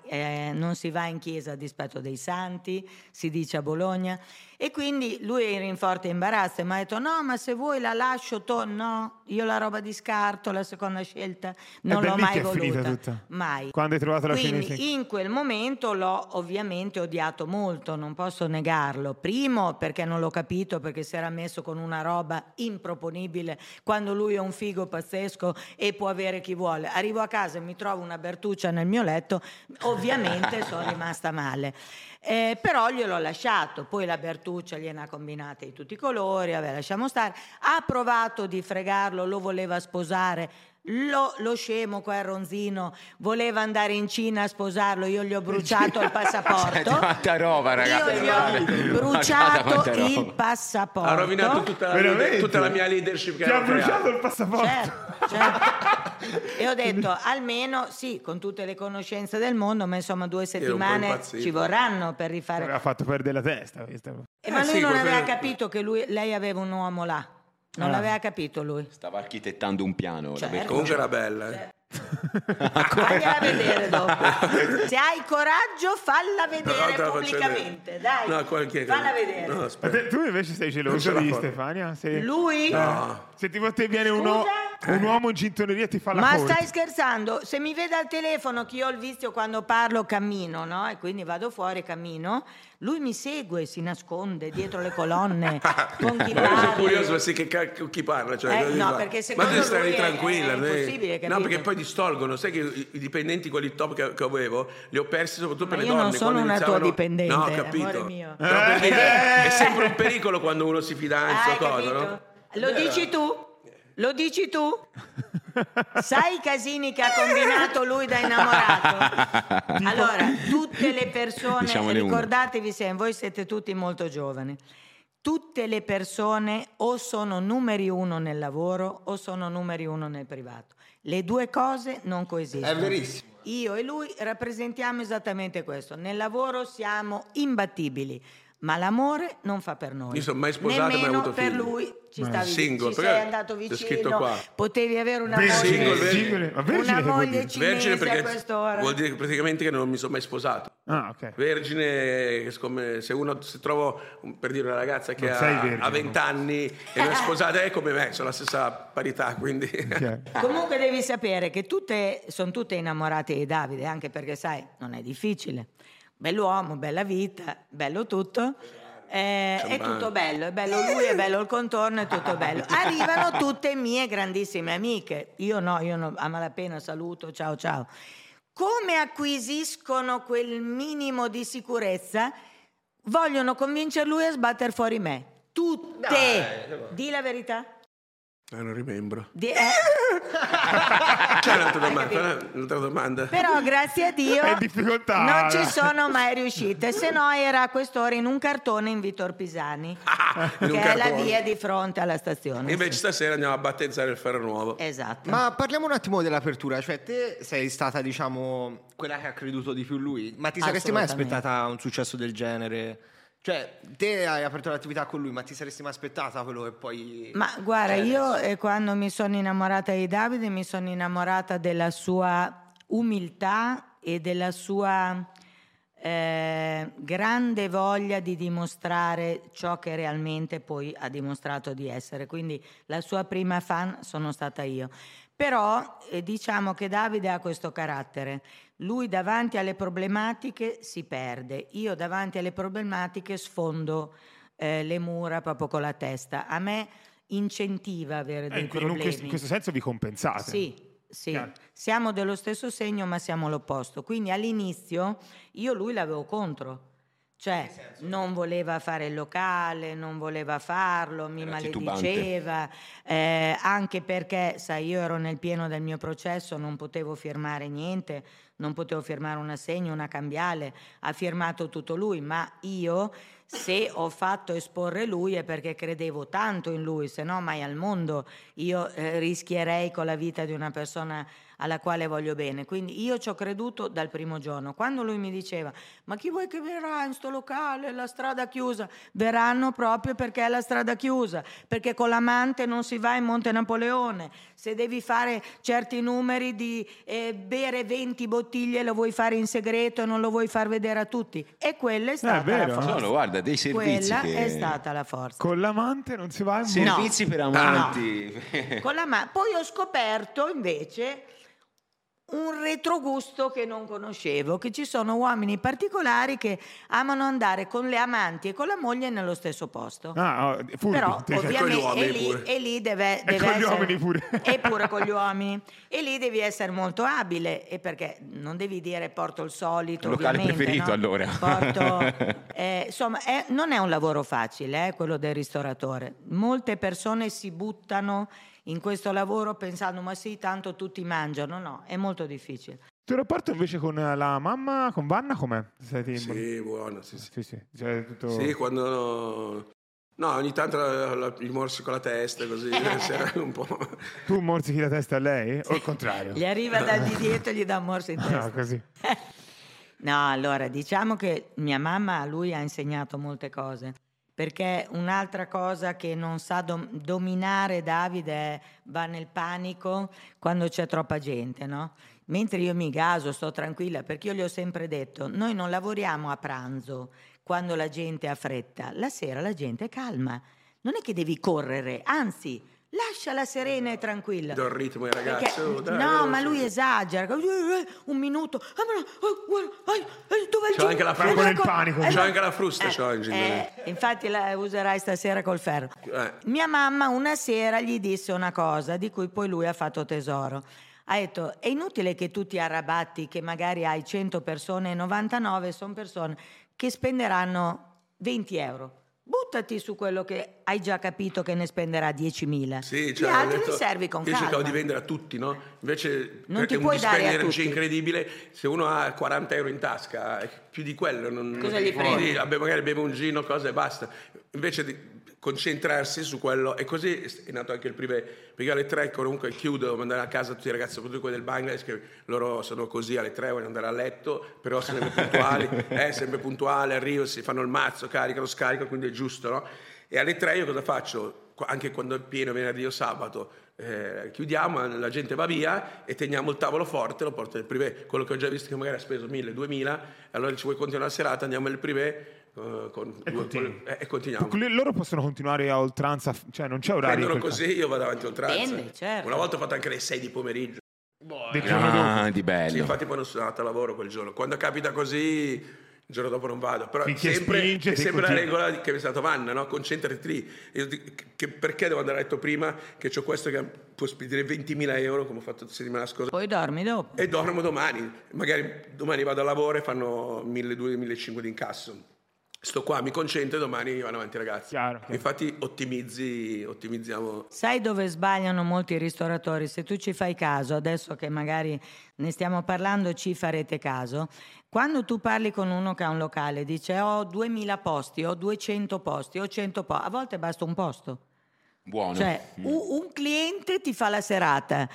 va in chiesa a dispetto dei santi, si dice a Bologna, e quindi lui era in forte imbarazzo e mi ha detto no, ma se vuoi la lascio, no, io la roba di scarto, la seconda scelta, non l'ho mai voluta, mai. Quando hai trovato la fine? Quindi in quel momento l'ho ovviamente odiato molto, non posso negarlo, primo perché non l'ho capito, perché si era messo con una roba improponibile, quando lui è un figo pazzesco e può avere chi vuole. Arrivo a casa e mi trovo una Bertuccia nel mio letto, ovviamente sono rimasta male. Però gliel'ho lasciato, poi la Bertuccia gliene ha combinate di tutti i colori, lasciamo stare. Ha provato di fregarlo, lo voleva sposare, lo scemo qua, il ronzino, voleva andare in Cina a sposarlo, io gli ho bruciato il passaporto. Quanta roba, ragazzi. Io gli ho bruciato il passaporto. Ha rovinato tutta la mia leadership. Ti ha bruciato il passaporto. Certo. E ho detto almeno sì, con tutte le conoscenze del mondo, ma insomma 2 settimane ci vorranno per rifare. Aveva fatto perdere la testa. Ma lui non aveva capito che lei aveva un uomo là. Non l'aveva capito lui. Stava architettando un piano. Certo. Comunque era bella. Fagliela vedere dopo. Se hai coraggio, falla vedere No, pubblicamente. Dai, no, falla vedere. No, aspetta. Tu invece sei geloso di Stefania? Lui? No. Se tipo a te viene un uomo in cintoneria e ti fa la Ma corte. stai scherzando? Se mi vede al telefono, che io ho il vizio quando parlo cammino, no? E quindi vado fuori e cammino, lui mi segue, si nasconde dietro le colonne con chi Sono parla. curioso se chi parla. Cioè, No, perché secondo ma devi stare lui tranquilla. è impossibile, no, capito? perché poi distolgono. Sai che i dipendenti, quelli top che avevo, li ho persi soprattutto per Ma le io donne. non sono quando una tua iniziavano... dipendente, No, ho capito. amore mio. No, perché è sempre un pericolo quando uno si fidanza o cosa, capito? no? Lo dici tu? Lo dici tu? Sai i casini che ha combinato lui da innamorato? Allora, tutte le persone, Diciamone ricordatevi sempre, voi siete tutti molto giovani, tutte le persone o sono numeri uno nel lavoro o sono numeri uno nel privato. Le due cose non coesistono. È verissimo. Io e lui rappresentiamo esattamente questo. Nel lavoro siamo imbattibili, ma l'amore non fa per noi. Io sono mai sposato e mai nemmeno avuto per figli. lui. Ci stavi Single, ci perché sei andato c'è scritto vicino, qua. potevi avere una Single, moglie, vergine. Ma vergine una che vuol moglie dire? cinese Vergine a perché quest'ora. vuol dire praticamente che non mi sono mai sposato. Ah, ok. Vergine, come se uno si trova per dire una ragazza che Non sei vergine, ha 20 anni e non è sposata, è come me, sono la stessa parità, quindi Ok. Comunque devi sapere che sono tutte innamorate di Davide, anche perché sai, non è difficile. Bell'uomo, bella vita, bello tutto. È tutto bello, è bello lui, è bello il contorno, è tutto bello. Arrivano tutte mie grandissime amiche. Io no, a malapena saluto, ciao ciao. Come acquisiscono quel minimo di sicurezza? Vogliono convincere lui a sbattere fuori me. Tutte. Dai. Di la verità. non rimembro. C'è Un'altra domanda. Però grazie a Dio È in difficoltà. non ci sono mai riuscite, se no era a quest'ora in un cartone in Vittor Pisani, in un che è la cartone. via di fronte alla stazione. E invece stasera andiamo a battezzare il Ferro Nuovo. Esatto. Ma parliamo un attimo dell'apertura, cioè te sei stata diciamo quella che ha creduto di più lui, ma ti saresti mai Assolutamente. aspettata un successo del genere? Cioè te hai aperto l'attività con lui, ma ti saresti mai aspettata quello che poi... Ma guarda, Cioè, io quando mi sono innamorata di Davide mi sono innamorata della sua umiltà e della sua grande voglia di dimostrare ciò che realmente poi ha dimostrato di essere. Quindi la sua prima fan sono stata io. Però diciamo che Davide ha questo carattere. Lui davanti alle problematiche si perde. Io davanti alle problematiche sfondo le mura proprio con la testa. A me incentiva avere dei problemi. In questo senso vi compensate. Sì. Chiaro. Siamo dello stesso segno ma siamo l'opposto. Quindi all'inizio io lui l'avevo contro. Cioè non voleva fare il locale, non voleva farlo, mi Era malediceva, anche perché, sai, io ero nel pieno del mio processo, non potevo firmare niente, non potevo firmare un assegno, una cambiale, ha firmato tutto lui, ma io se ho fatto esporre lui è perché credevo tanto in lui, se no mai al mondo io rischierei con la vita di una persona alla quale voglio bene. Quindi io ci ho creduto dal primo giorno. Quando lui mi diceva ma chi vuoi che verrà in sto locale, la strada chiusa, verranno proprio perché è la strada chiusa, perché con l'amante non si va in Monte Napoleone, se devi fare certi numeri di bere 20 bottiglie lo vuoi fare in segreto e non lo vuoi far vedere a tutti, e quella è stata vero. la forza. Sono, guarda, dei servizi Quella che... è stata la forza. Con l'amante non si va in Servizi per amanti. Poi ho scoperto invece un retrogusto che non conoscevo, che ci sono uomini particolari che amano andare con le amanti e con la moglie nello stesso posto. furbi. Però con gli ovviamente uomini pure. e lì deve E con gli essere, uomini pure. e pure con gli uomini, e lì devi essere molto abile, e perché non devi dire porto il solito, Il locale ovviamente, preferito, no? allora. Insomma non è un lavoro facile, quello del ristoratore. Molte persone si buttano in questo lavoro pensando ma sì, tanto tutti mangiano. No, è molto difficile. Il tuo rapporto invece con la mamma, con Vanna, com'è? Sì, buono, sì. Cioè, tutto... Sì, quando... No, ogni tanto gli morsi con la testa, così, era un po'... Tu morsichi la testa a lei? O il contrario? Gli arriva da di dietro e gli dà un morso in testa. No, così. No, allora, diciamo che mia mamma a lui ha insegnato molte cose. perché un'altra cosa che non sa dominare Davide è va nel panico quando c'è troppa gente, no? Mentre io mi gaso, sto tranquilla, perché io gli ho sempre detto, noi non lavoriamo a pranzo quando la gente ha fretta, la sera la gente è calma, non è che devi correre, anzi, lasciala serena e tranquilla. Do il ritmo ai ragazzi. Ma lui esagera. Un minuto. Dove c'ho anche la frusta. Con il panico. C'ho anche la frusta. Infatti la userai stasera col ferro. Mia mamma una sera gli disse una cosa di cui poi lui ha fatto tesoro. Ha detto, è inutile che tu ti arrabatti che magari hai 100 persone e 99 sono persone che spenderanno 20 euro. Buttati su quello che hai già capito che ne spenderà 10.000. Sì, gli altri li servi con calma. Io cercavo di vendere a tutti, no? Invece non ti puoi dare a tutti. Energia incredibile. Se uno ha 40 euro in tasca, più di quello cosa gli frega? Magari beve un gino, cosa e basta. Invece di concentrarsi su quello, e così è nato anche il privé, perché alle 3 comunque chiudo, devo mandare a casa tutti i ragazzi, soprattutto quelli del Bangladesh, che loro sono così alle 3, vogliono andare a letto, però sempre puntuali, sempre puntuali, arrivo, si fanno il mazzo, caricano, scaricano, quindi è giusto, no? E alle 3 io cosa faccio? Anche quando è pieno, venerdì o sabato, chiudiamo, la gente va via e teniamo il tavolo forte, lo porto nel privé, quello che ho già visto che magari ha speso 1.000-2.000, allora ci vuoi continuare la serata, andiamo nel privé, e continuiamo. Loro possono continuare a oltranza, cioè non c'è orario. Prendono così, io vado avanti a oltranza. Certo. Una volta ho fatto anche le 6 di pomeriggio. Di bello. Sì, infatti poi non sono andato a lavoro quel giorno. Quando capita così, il giorno dopo non vado. Però è sempre la regola che mi è stata Vanna, no? Concentrati lì. Perché devo andare a letto prima che c'ho questo che può spedire 20.000 euro, come ho fatto la settimana scorsa. Poi dormi dopo. E dormo domani. Magari domani vado a lavoro e fanno 1.200-1.500 di incasso. Sto qua, mi concentro e domani vanno avanti ragazzi. Chiaro. Infatti ottimizziamo. Sai dove sbagliano molti ristoratori? Se tu ci fai caso, adesso che magari ne stiamo parlando ci farete caso, quando tu parli con uno che ha un locale dice ho 2.000 posti, ho 200 posti, ho 100 posti, a volte basta un posto. Buono. Cioè, un cliente ti fa la serata,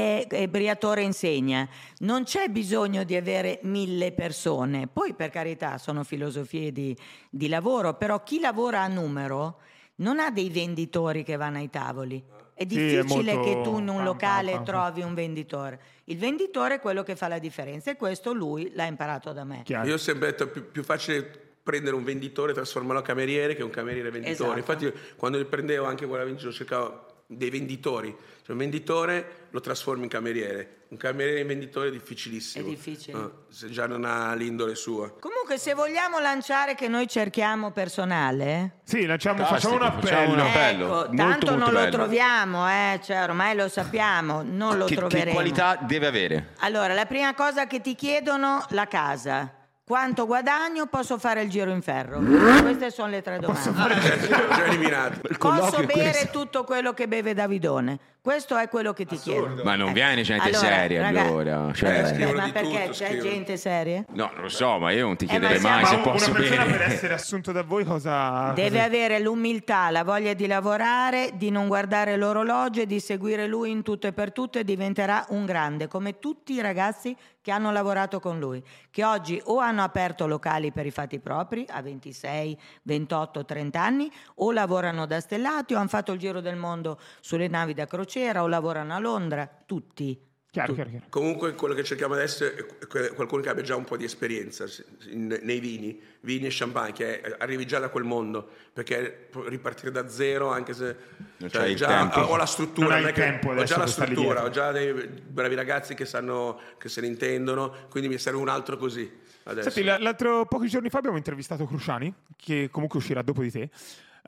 è Briatore insegna, non c'è bisogno di avere 1.000 persone. Poi per carità sono filosofie di lavoro, però chi lavora a numero non ha dei venditori che vanno ai tavoli. È difficile che tu in un locale trovi un venditore. Il venditore è quello che fa la differenza e questo lui l'ha imparato da me. Chiaro. Io ho sempre detto più facile prendere un venditore e trasformarlo a cameriere che un cameriere venditore. Esatto. Infatti quando li prendevo anche quella vincita cercavo dei venditori, cioè un venditore lo trasformi in cameriere, un cameriere in venditore è difficilissimo. È difficile. Se già non ha l'indole sua. Comunque se vogliamo lanciare che noi cerchiamo personale, sì, facciamo un appello. Facciamo un appello. Ecco, molto, tanto molto non bello. lo troviamo, cioè ormai lo sappiamo, non lo troveremo. Che qualità deve avere? Allora, la prima cosa che ti chiedono, la casa. Quanto guadagno, posso fare il giro in ferro? Queste sono le 3 domande. Già eliminato. Posso bere tutto quello che beve Davidone? Questo è quello che ti chiedo. Ma non viene gente seria allora? Cioè... ma di perché tutto, c'è gente seria? No, non lo so, ma io non ti ma chiederei siamo- mai se Ma posso una persona bere. per essere assunto da voi cosa... Deve avere l'umiltà, la voglia di lavorare, di non guardare l'orologio e di seguire lui in tutto e per tutto e diventerà un grande, come tutti i ragazzi che hanno lavorato con lui, che oggi o hanno aperto locali per i fatti propri a 26, 28, 30 anni, o lavorano da stellati o hanno fatto il giro del mondo sulle navi da crociera o lavorano a Londra, tutti. Chiaro. Comunque quello che cerchiamo adesso è qualcuno che abbia già un po' di esperienza nei vini e champagne, che arrivi già da quel mondo, perché ripartire da zero, anche se Non c'hai il tempo. ho la struttura, Non hai non è il che tempo ho adesso già la per starli struttura, dietro. ho già dei bravi ragazzi che sanno, che se ne intendono, quindi mi serve un altro così adesso. Senti, pochi giorni fa abbiamo intervistato Cruciani, che comunque uscirà dopo di te.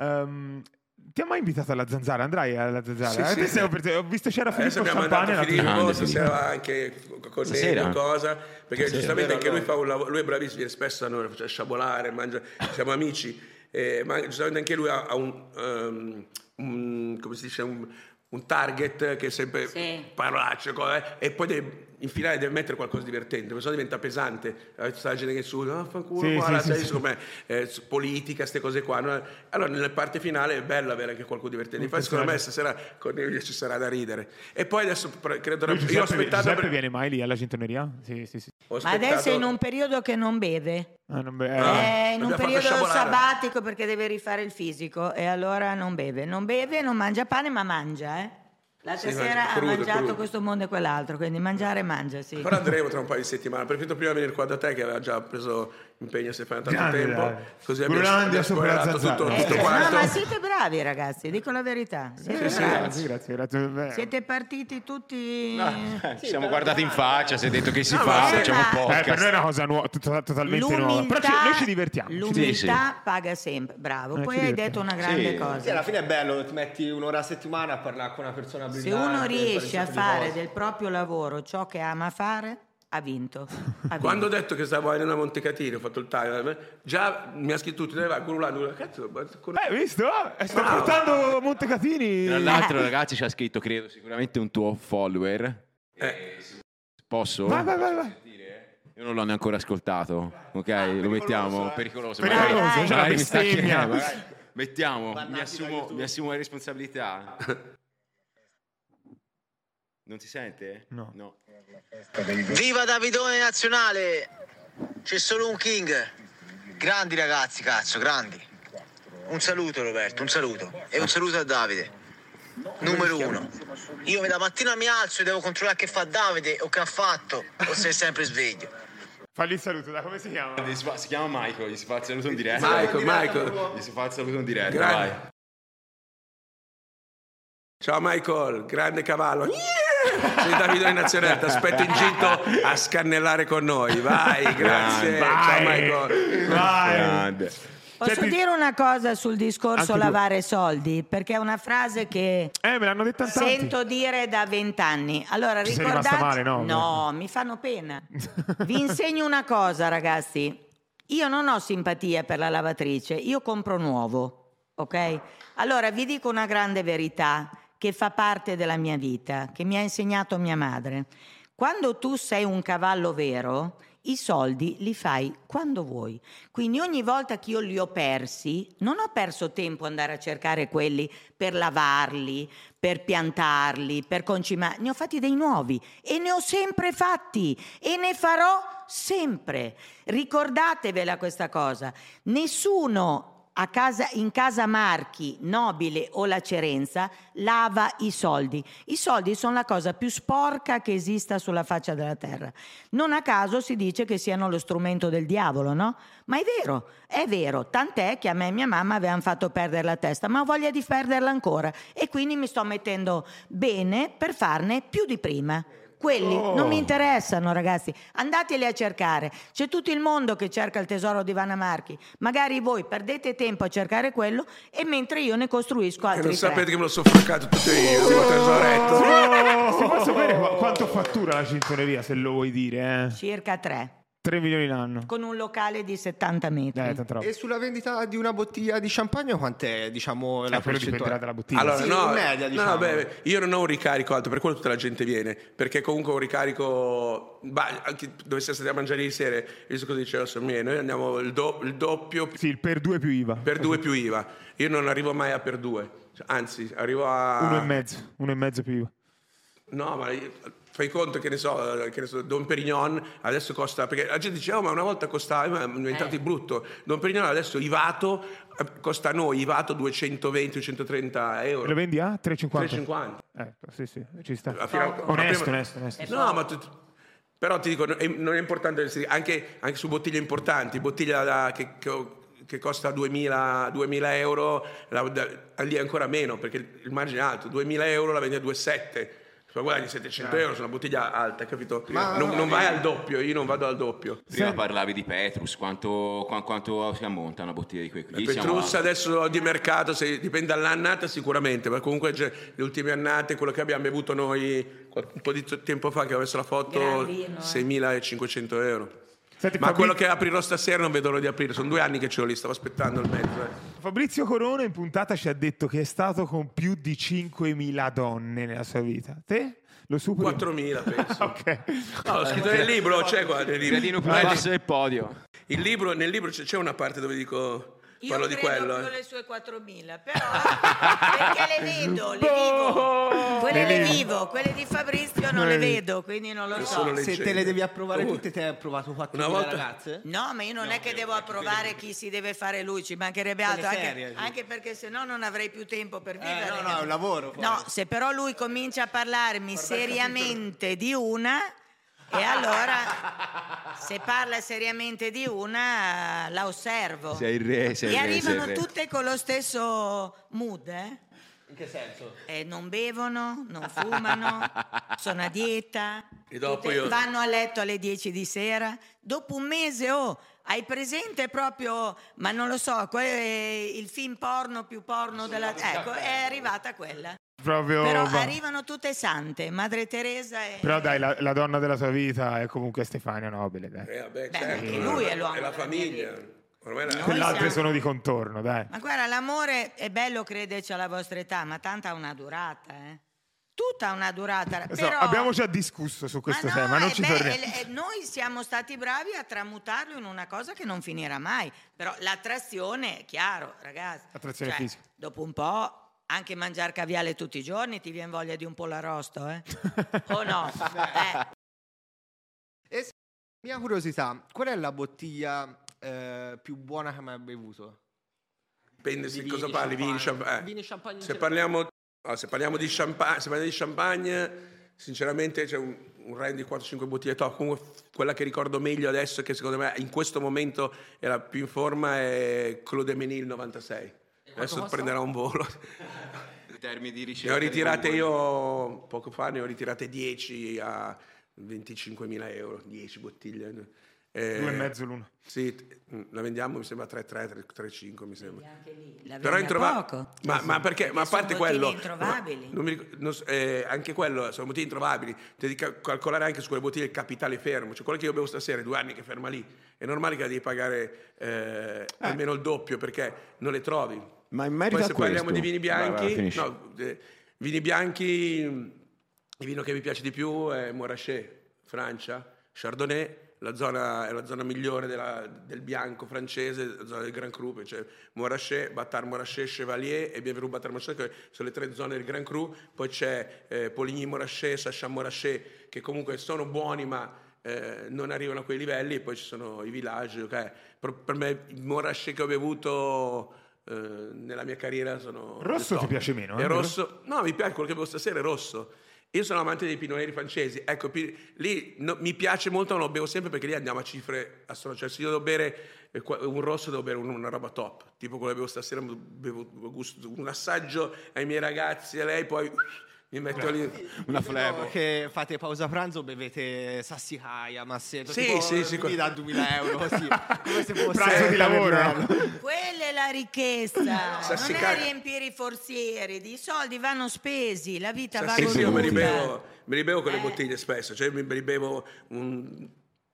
Ti ha mai invitato alla Zanzara? Andrai alla Zanzara? Sì. Ho visto c'era Adesso Filippo abbiamo Champagne. mandato Filippo, Grande stasera anche con Stasera? qualcosa, perché Stasera. giustamente anche lui fa un lavoro, lui è bravissimo, viene spesso a noi, faccia sciabolare, mangia, siamo amici, ma giustamente anche lui ha un come si dice, un target che è sempre Sì. parolacce, e poi in finale deve mettere qualcosa di divertente, perché sennò diventa pesante. Tutta la gente che su, fanculo, politica, queste cose qua. No? Allora nella parte finale è bello avere anche qualcosa di divertente. Infatti secondo me stasera con Emilio ci sarà da ridere. E poi adesso credo... Io ho aspettato... Giuseppe viene mai lì alla Gintoneria? Sì. Ma adesso è in un periodo che non beve. Non è in un periodo sabbatico perché deve rifare il fisico e allora non beve, non mangia pane ma mangia, L'altra sera ha mangiato questo mondo e quell'altro, quindi mangiare mangia, sì. Però andremo tra un paio di settimane, preferito prima venire qua da te che aveva già preso impegno se fa tanto tempo, così abbiamo spoilerato tutto quanto. No, ma siete bravi ragazzi, dico la verità. Grazie. Siete partiti tutti... Ci siamo guardati in faccia, si è detto che si facciamo un podcast. Per noi è una cosa totalmente nuova, però noi ci divertiamo. L'umiltà paga sempre, bravo. Poi hai detto una grande cosa. Sì, alla fine è bello, ti metti un'ora a settimana a parlare con una persona brillante. Se uno riesce a fare del proprio lavoro ciò che ama fare, ha vinto. Quando ho detto che stavo in una Montecatini, ho fatto il taglio, già mi ha scritto tutti, cazzo, visto? Sta portando Montecatini. Tra l'altro, ragazzi, ci ha scritto, credo, sicuramente un tuo follower. Posso? Vai. Io non l'ho neanche ancora ascoltato, ok? Lo mettiamo, pericoloso. Magari mi sta chiedendo. Mettiamo, mi assumo la responsabilità. Non si sente? No. Viva Davidone Nazionale! C'è solo un king. Grandi ragazzi, cazzo, grandi. Un saluto Roberto, un saluto. E un saluto a Davide. Numero 1. Io da mattina mi alzo e devo controllare che fa Davide o che ha fatto, o se è sempre sveglio. Fagli il saluto, come si chiama? Si chiama Michael, gli si fa il saluto in diretta. Michael. Gli si fa il saluto in diretta, vai. Ciao Michael, grande cavallo. Sei Davide in Nazionale, ti aspetto in gito a scannellare con noi. Vai, grazie. Ciao Michael. Vai. Posso dire una cosa sul discorso lavare soldi? Perché è una frase che me l'hanno detta tanti. Sento dire da 20 anni. Allora, Ci ricordate... sei rimasta male, no? No, mi fanno pena. Vi insegno una cosa, ragazzi. Io non ho simpatia per la lavatrice, io compro nuovo, ok? Allora, vi dico una grande verità che fa parte della mia vita, che mi ha insegnato mia madre. Quando tu sei un cavallo vero, i soldi li fai quando vuoi. Quindi ogni volta che io li ho persi, non ho perso tempo ad andare a cercare quelli per lavarli, per piantarli, per concimare. Ne ho fatti dei nuovi e ne ho sempre fatti e ne farò sempre. Ricordatevela questa cosa. Nessuno in casa Marchi, Nobile o La Cerenza lava i soldi. I soldi sono la cosa più sporca che esista sulla faccia della terra. Non a caso si dice che siano lo strumento del diavolo, no? Ma è vero, tant'è che a me e mia mamma avevano fatto perdere la testa, ma ho voglia di perderla ancora e quindi mi sto mettendo bene per farne più di prima. Quelli non mi interessano, ragazzi, andateli a cercare. C'è tutto il mondo che cerca il tesoro di Vanna Marchi. Magari voi perdete tempo a cercare quello e mentre io ne costruisco altri. E non sapete che me lo sono fraccato tutto io, il tesoretto. Si può sapere quanto fattura la Gintoneria, se lo vuoi dire? Circa 3 milioni l'anno. Con un locale di 70 metri. E sulla vendita di una bottiglia di champagne quant'è, diciamo, la percentuale della bottiglia? Allora, sì, in media, diciamo. Io non ho un ricarico alto, per quello tutta la gente viene, perché comunque un ricarico, anche dove siamo stati a mangiare ieri sera, visto cosa diceva Sommier, noi andiamo il doppio. Sì, il per 2 più IVA. Per 2 più IVA. Io non arrivo mai a per 2, anzi, arrivo a... 1,5 più IVA. No, ma fai conto che ne so, Don Perignon adesso costa, perché la gente dice ma una volta costava, è diventato brutto. Don Perignon adesso Ivato costa a noi Ivato 220-230 euro. Lo vendi a 3,50? 3,50. Sì, ci sta. Onesto. No, però ti dico, non è importante anche su bottiglie importanti, bottiglia che costa 2.000 euro, lì è ancora meno, perché il margine è alto, 2.000 euro la vendi a 2,7. Guadagni 700 euro su una bottiglia alta, capito? Non vai al doppio, io non vado al doppio. Prima parlavi di Petrus, quanto si ammonta una bottiglia di quei? Petrus adesso di mercato, dipende dall'annata sicuramente, ma comunque le ultime annate, quello che abbiamo bevuto noi un po' di tempo fa, che ho messo la foto, 6.500 euro. Senti, ma quello che aprirò stasera non vedo l'ora di aprire, sono 2 anni che ce l'ho lì, stavo aspettando il mezzo. Fabrizio Corona in puntata ci ha detto che è stato con più di 5.000 donne nella sua vita. Te? Lo superi? 4.000 penso. Ok. No, l'ho scritto nel libro, c'è qua nel libro. Gradino più basso del podio. Nel libro c'è una parte dove dico... Io Parlo di credo quello. più le sue 4.000, però perché le vedo, le vivo. Quelle le vivo, quelle di Fabrizio non le vedo, quindi non lo so. Sono le- Se te le devi approvare tutte, te hai approvato 4.000 Una volta- ragazze? No, ma io non è che devo approvare chi si deve fare lui, ci mancherebbe altro, Quelle anche, serie, sì. anche perché se no non avrei più tempo per vivere. No, è un lavoro. poi. No, se però lui comincia a parlarmi seriamente di una, e allora se parla seriamente di una la osservo. Sei il re, sei E il re, arrivano sei il re. tutte con lo stesso mood, In che senso? Non bevono, non fumano, sono a dieta, E dopo tutte io- vanno a letto alle 10 di sera. Dopo un mese, hai presente proprio, ma non lo so, il film porno più porno della... Ecco, è arrivata quella. Proprio, Però va. arrivano tutte sante, Madre Teresa e... Però dai, la donna della tua vita è comunque Stefania Nobile, dai. Vabbè, Beh, certo. anche lui è l'uomo È la della famiglia. Ormai Noi Quelle altre siamo- sono di contorno, dai. Ma guarda, l'amore è bello crederci alla vostra età, ma tanta ha una durata, Tutta ha una durata. So, Però... abbiamo già discusso su questo Ma no, tema, non ci torniamo. noi siamo stati bravi a tramutarlo in una cosa che non finirà mai. Però l'attrazione è chiaro, ragazzi. Attrazione fisica. Dopo un po', anche mangiare caviale tutti i giorni ti viene voglia di un pollo arrosto, O no? Mia curiosità, qual è la bottiglia più buona che mai bevuto? Dipende se Di cosa vini, parli, vini, champagne. champagne. Vini, champagne in Se generale. parliamo di champagne, sinceramente c'è un range di 4-5 bottiglie top. Comunque quella che ricordo meglio adesso, che secondo me in questo momento è la più in forma, è Claude Menil 96. Adesso costa? prenderà un volo. In termini di Ne ricerca ho ritirate di io poco fa, ne ho ritirate 10 a 25.000 euro, 10 bottiglie. 2,5 l'uno. Sì, la vendiamo mi sembra 3,3, 3,5 mi sembra. Anche lì, la Però vende a introvabili. poco. Ma perché? Ma a sono parte bottiglie quello, introvabili. non mi ric- non s- anche quello sono bottiglie introvabili. Devi calcolare anche su quelle bottiglie il capitale fermo. Cioè quello che io bevo stasera è 2 anni che ferma lì. È normale che la devi pagare almeno il doppio perché non le trovi. Ma in merito Poi a se parliamo questo- di vini Vai, bianchi, finisci. vini bianchi, il vino che mi piace di più è Montrachet, Francia, Chardonnay. È la zona migliore del bianco francese, la zona del Grand Cru, cioè Montrachet, Batard Montrachet, Chevalier e Bienvenu Batard Montrachet, che sono le 3 zone del Grand Cru. Poi c'è Poligny Montrachet, Sachant Montrachet, che comunque sono buoni ma non arrivano a quei livelli, e poi ci sono i village. Okay. Per me il Montrachet che ho bevuto nella mia carriera sono... Rosso il top. ti piace meno? E rosso, no, mi piace quello che bevo stasera è rosso. Io sono amante dei pinot neri francesi, ecco, lì mi piace molto, non lo bevo sempre perché lì andiamo a cifre astronomiche. Cioè, se io devo bere un rosso, devo bere una roba top, tipo quello che bevo stasera, bevo un assaggio ai miei ragazzi, a lei, poi mi metto lì. Una flebo. Che fate pausa pranzo, bevete Sassicaia, Masseto, Sì, tipo, sì, mi dà 2.000 euro, così, come se fosse Pranzo di lavoro, no? Quella è la ricchezza, non è Sassicare. riempire i forzieri, i soldi vanno spesi, la vita va Sì, sì, io mi goduta. ribevo quelle bottiglie spesso, cioè mi ribevo un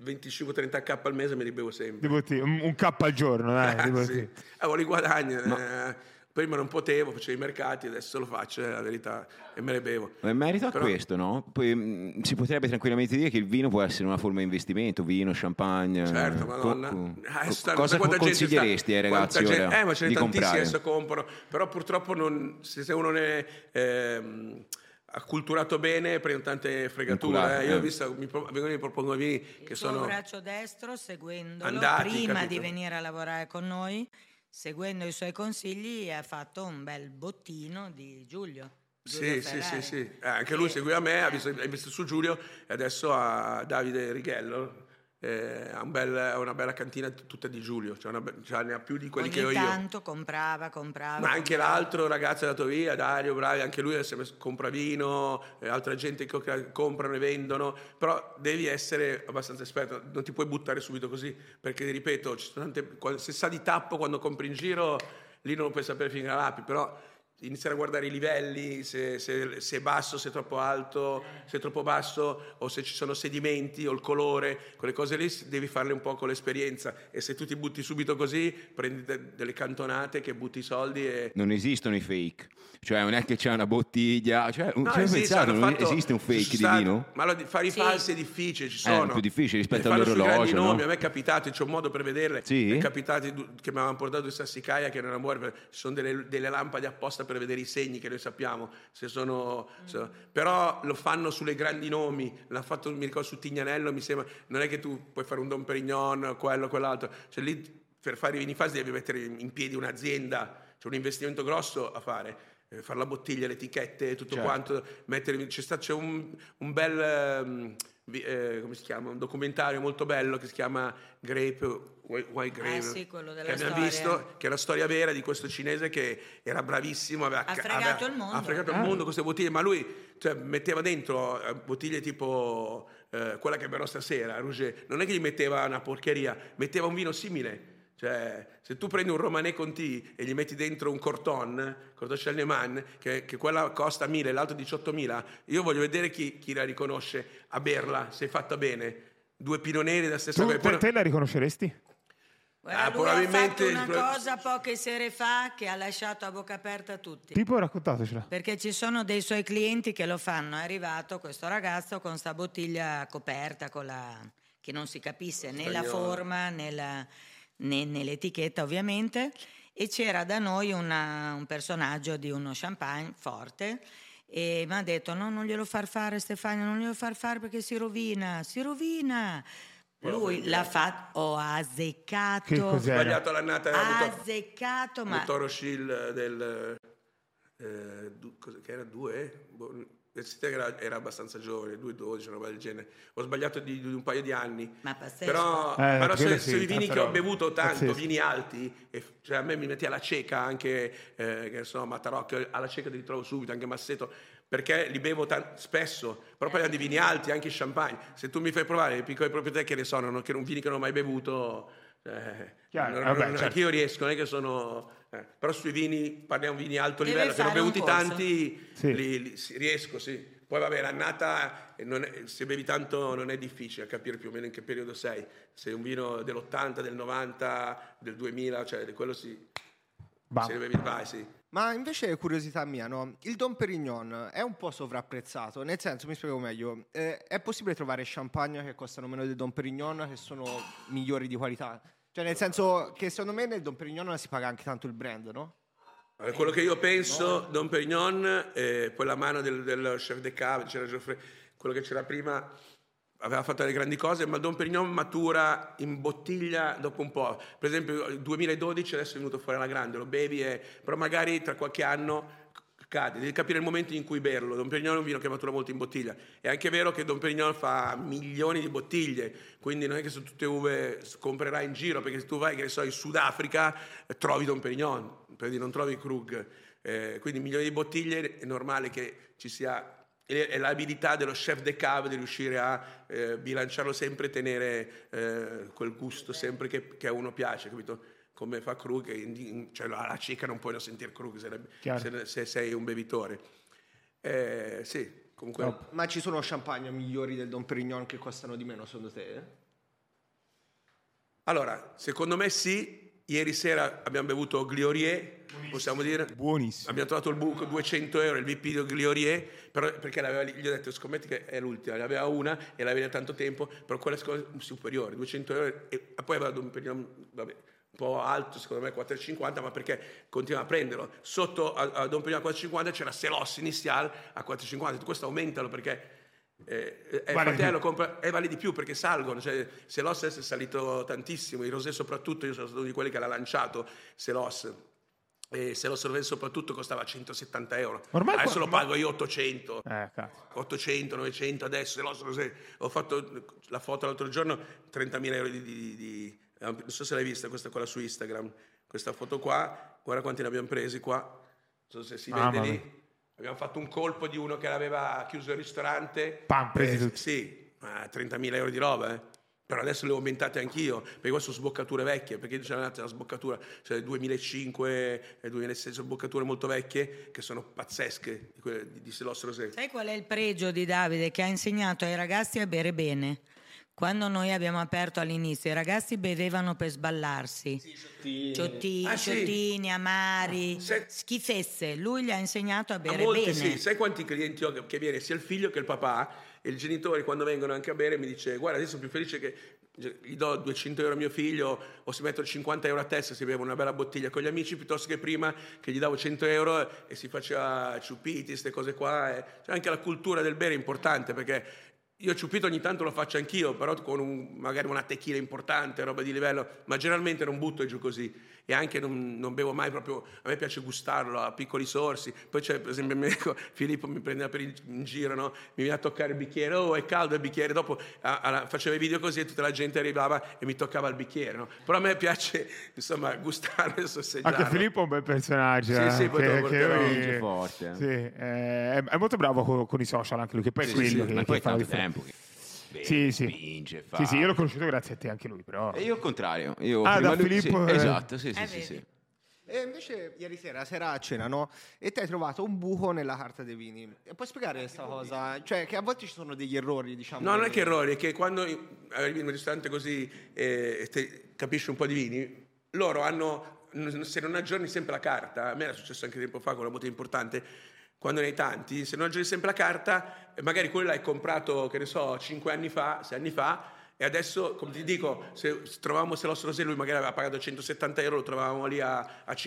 25-30k al mese, mi ribevo sempre. Di bottiglie, un K al giorno, dai. di bottiglie. Sì. Avevo li guadagni. Prima non potevo, facevo i mercati, adesso lo faccio, è la verità, e me le bevo. Ma in merito a Però- questo, no? Poi, si potrebbe tranquillamente dire che il vino può essere una forma di investimento, vino, champagne. Certo, madonna. Cosa Quanta gente consiglieresti ai ragazzi quanta ora ma ce ne di tantissimi comprare? adesso comprano, però purtroppo se uno ne è acculturato bene, prende tante fregature. Inculato, Io ho visto, mi propongono vini che Il suo sono... braccio destro, seguendolo, andati, prima capito? di venire a lavorare con noi, seguendo i suoi consigli, ha fatto un bel bottino di Giulio. Sì, sì, sì, sì. Anche lui seguiva me, ha visto su Giulio e adesso ha Davide Righello. Ha una bella cantina tutta di Giulio, cioè ne ha più di quelli che ho Ogni io. tanto comprava. Ma anche l'altro ragazzo è andato via, Dario, bravi, anche lui compra vino, altra gente che comprano e vendono, però devi essere abbastanza esperto, non ti puoi buttare subito così, perché ripeto, ci sono se sa di tappo quando compri in giro, lì non lo puoi sapere finire all'api, però iniziare a guardare i livelli, se è basso, se è troppo alto, se è troppo basso, o se ci sono sedimenti o il colore, quelle cose lì devi farle un po' con l'esperienza, e se tu ti butti subito così prendi delle cantonate che butti i soldi e... Non esistono i fake, cioè non è che c'è una bottiglia, cioè, No, esiste un fake di vino? Ma fare i falsi è difficile, ci sono. È più difficile rispetto Devi farlo all'orologio, sui grandi nomi. no? A me è capitato, c'è un modo per vederle. Sì? Mi è capitato che mi avevano portato i Sassicaia, che non era buono, ci sono delle lampade apposta per vedere i segni, che noi sappiamo se sono, però lo fanno sulle grandi nomi. L'ha fatto, mi ricordo, su Tignanello, mi sembra. Non è che tu puoi fare un Dom Perignon, quello, quell'altro, cioè lì per fare i vini falsi devi mettere in piedi un'azienda, c'è un investimento grosso a fare, fare la bottiglia, le etichette, tutto quanto, c'è un bel come si chiama, un documentario molto bello che si chiama Grape, White Grape, sì, quello della che abbiamo storia. visto, che è la storia vera di questo cinese che era bravissimo, Ha fregato il mondo. ha fregato il mondo con queste bottiglie, ma lui metteva dentro bottiglie tipo quella che berrò stasera, Rouget, non è che gli metteva una porcheria, metteva un vino simile. Cioè, se tu prendi un Romanée Conti e gli metti dentro un Corton Charlemagne, che quella costa 1.000 e l'altro 18.000, io voglio vedere chi la riconosce a berla, se è fatta bene. 2 Pinot Neri della stessa cosa. Te la riconosceresti? Guarda, lui probabilmente ha fatto una cosa poche sere fa che ha lasciato a bocca aperta tutti. Tipo, raccontatecela. Perché ci sono dei suoi clienti che lo fanno. È arrivato questo ragazzo con sta bottiglia coperta che non si capisse né la forma né nell'etichetta, ovviamente, e c'era da noi un personaggio di uno champagne forte e mi ha detto non glielo far fare, Stefania, non glielo far fare perché si rovina. Lui l'ha fatto, ha azzeccato. Che cos'era? Sbagliato l'annata, azzeccato, ma il Toro Schill del che era 2? Era abbastanza giovane, 2-12, una roba del genere. Ho sbagliato di un paio di anni. Ma pazzesco. Però se i vini che ho bevuto tanto, pazzesco. vini alti, cioè a me mi metti alla cieca anche, che so, Matarocchio, alla cieca ti ritrovo subito, anche Masseto, perché li bevo spesso, però parliamo di vini alti, anche champagne. Se tu mi fai provare le piccole proprietà che ne sono, che non vini che non ho mai bevuto, anche io riesco, non è che sono... però sui vini, parliamo di vini alto livello, che ne ho bevuti tanti, riesco, sì. Poi vabbè, l'annata, se bevi tanto non è difficile capire più o meno in che periodo sei. Se è un vino dell'80, del 90, del 2000, cioè di quello se ne bevi, vai, sì. Ma invece, curiosità mia, no? Il Dom Perignon è un po' sovrapprezzato, nel senso, mi spiego meglio, è possibile trovare champagne che costano meno del Dom Perignon, che sono migliori di qualità? Cioè, nel senso che secondo me nel Dom Perignon si paga anche tanto il brand, no? Allora, quello che io penso, Dom Perignon, poi la mano del chef de cave, c'era Geoffrey, quello che c'era prima, aveva fatto delle grandi cose, ma Dom Perignon matura in bottiglia dopo un po'. Per esempio, nel 2012 adesso è venuto fuori alla grande, lo bevi, però magari tra qualche anno cade. Devi capire il momento in cui berlo. Dom Perignon è un vino che matura molto in bottiglia. È anche vero che Dom Perignon fa milioni di bottiglie, quindi non è che su tutte uve comprerai in giro, perché se tu vai, che ne so, in Sudafrica, trovi Dom Perignon, non trovi Krug. Quindi milioni di bottiglie, è normale che ci sia... È l'abilità dello chef de cave di riuscire a bilanciarlo sempre e tenere quel gusto sempre che a uno piace, capito? Come fa Krug, cioè alla cieca non puoi non sentire Krug se sei un bevitore. Sì, comunque. No. Ma ci sono champagne migliori del Dom Perignon che costano di meno, secondo te? Allora, secondo me sì. Ieri sera abbiamo bevuto Gliorier, possiamo dire? Buonissimo. Abbiamo trovato il buco, 200 euro, il VP di Gliorier, però, perché gli ho detto, scommetti che è l'ultima, ne aveva una e l'aveva da tanto tempo, però quella è superiore, 200 euro, e poi aveva un po' alto, secondo me 4,50, ma perché continua a prenderlo. Sotto a Dom Perignon a 4,50 c'era Selos Initial a 4,50, questo aumentalo perché... vale di più perché salgono, cioè Selos è salito tantissimo, i rosé soprattutto, io sono stato uno di quelli che l'ha lanciato Selos, e Selos rosé soprattutto costava 170 euro, adesso lo pago io 800, 800, 900 adesso Selos rosé. Ho fatto la foto l'altro giorno, 30.000 euro non so se l'hai vista questa qua su Instagram, questa foto qua, guarda quanti ne abbiamo presi qua, non so se si vede lì. Abbiamo fatto un colpo di uno che aveva chiuso il ristorante. Presi tutti. Sì, 30.000 euro di roba, Però adesso le ho aumentate anch'io, perché qua sono sboccature vecchie, perché c'è una sboccatura, cioè 2005 e 2006, sono sboccature molto vecchie che sono pazzesche di Selostro Rosé. Sai qual è il pregio di Davide? Che ha insegnato ai ragazzi a bere bene. Quando noi abbiamo aperto all'inizio, i ragazzi bevevano per sballarsi. Ciottini, amari, schifezze. Lui gli ha insegnato a bere bene. Sì. Sai quanti clienti ho che viene sia il figlio che il papà, e i genitori quando vengono anche a bere mi dice: guarda, adesso sono più felice che gli do 200 euro a mio figlio o si mettono 50 euro a testa, si beve una bella bottiglia con gli amici, piuttosto che prima che gli davo 100 euro e si faceva ciupiti, queste cose qua. Cioè anche la cultura del bere è importante, perché io ciupito ogni tanto lo faccio anch'io, però con magari una tequila importante, roba di livello, ma generalmente non butto giù così. E anche non bevo mai proprio, a me piace gustarlo a piccoli sorsi. Poi c'è per esempio il mio amico Filippo, mi prendeva in giro, no? Mi viene a toccare il bicchiere, è caldo il bicchiere, dopo faceva i video così e tutta la gente arrivava e mi toccava il bicchiere, no? Però a me piace insomma gustarlo e sosseggiarlo. Anche Filippo è un bel personaggio, sì, poi è forte. Sì, è molto bravo con i social anche lui, che poi è quello che fa la differenza. Sì. Spinge, fa. Sì, io l'ho conosciuto grazie a te anche lui, però. E io il contrario. Da Filippo. Esatto, sì. E invece ieri sera a cena, no? E ti hai trovato un buco nella carta dei vini. E puoi spiegare questa cosa? Cioè, che a volte ci sono degli errori, diciamo. No, non è che errori, è che quando arrivi in un ristorante così capisci un po' di vini, loro hanno, se non aggiorni sempre la carta, a me era successo anche tempo fa con una bottiglia importante, quando ne hai tanti, se non aggiorni sempre la carta, magari quello l'hai comprato, che ne so, 5 anni fa, 6 anni fa, e adesso, come ti dico, se trovavamo Selostro Rosé, lui magari aveva pagato 170 euro, lo trovavamo lì a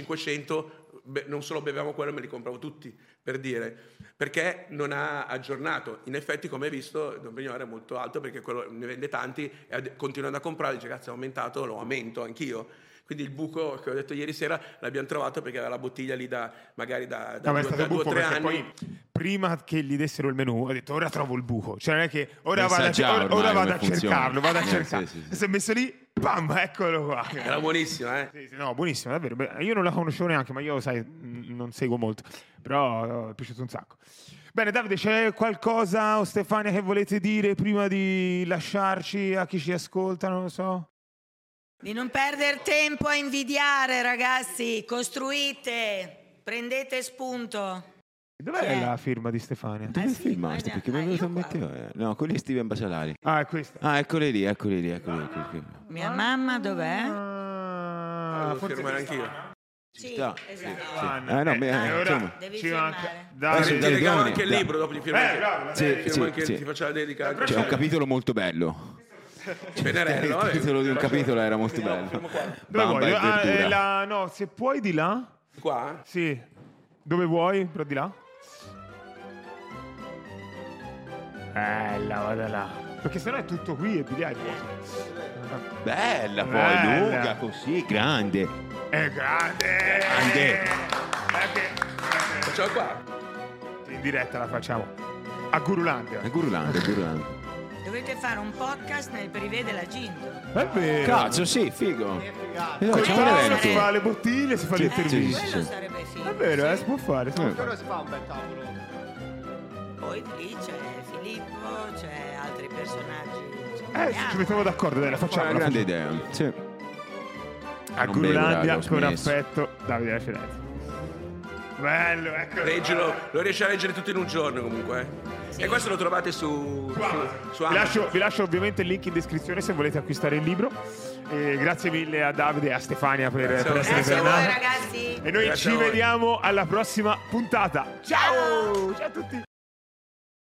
500, non solo bevevamo quello, me li compravo tutti, per dire, perché non ha aggiornato. In effetti, come hai visto, Don Brignore è molto alto, perché quello ne vende tanti, e continuando a comprare, dice, cazzo, è aumentato, lo aumento anch'io. Quindi il buco che ho detto ieri sera l'abbiamo trovato perché aveva la bottiglia lì magari da 2 o 3 anni. Poi, prima che gli dessero il menù, ha detto ora trovo il buco. Cioè non è che ora vado a cercarlo, Sì. Si è messo lì, bam, eccolo qua. Era buonissimo, eh? Sì, no, buonissimo, davvero. Io non la conoscevo neanche, ma io, sai, non seguo molto. Però è piaciuto un sacco. Bene, Davide, c'è qualcosa o Stefania che volete dire prima di lasciarci a chi ci ascolta, non lo so? Di non perdere tempo a invidiare, ragazzi, costruite, prendete spunto. Dov'è la firma di Stefania? Dove firmaste? Perché mi è venuto a mettere... No, quelli Steven Basalari. Ah, è questa. Ah, eccoli lì. Mia mamma dov'è? Devo firmare anch'io. Sì, sta. esatto. Ora devi firmare. Ti regalo anche il libro, dopo ti firmo anche, ti faccio la dedica. C'è un capitolo molto bello. Venerello, il titolo di un capitolo era molto bello. Dove vuoi? No, se puoi di là. Qua? Sì. Dove vuoi? Però di là. Vada là. Perché sennò è tutto qui e di là è vuoto. Bella poi, lunga così, grande. È grande. Facciamo qua? In diretta la facciamo. A Gurulandia. Dovete fare un podcast nel privé della Ginto. È vero. Cazzo, sì, figo. Facciamo un evento. Si fa le bottiglie, si fa le interviste. Quello sarebbe figo. È vero, si può fare. Però si fa un bel tavolo. Poi lì c'è Filippo, c'è altri personaggi. Ci mettiamo d'accordo, dai, la facciamo. Una grande idea. Sì. A Gurulandia con affetto, Davide Lacerenza. Bello, eccolo. Lo riesci a leggere tutto in un giorno comunque. Sì. E questo lo trovate su Amazon. Vi lascio ovviamente il link in descrizione se volete acquistare il libro. Grazie mille a Davide e a Stefania per essere venuti. Grazie a voi ragazzi. E noi ci vediamo alla prossima puntata. Ciao a tutti.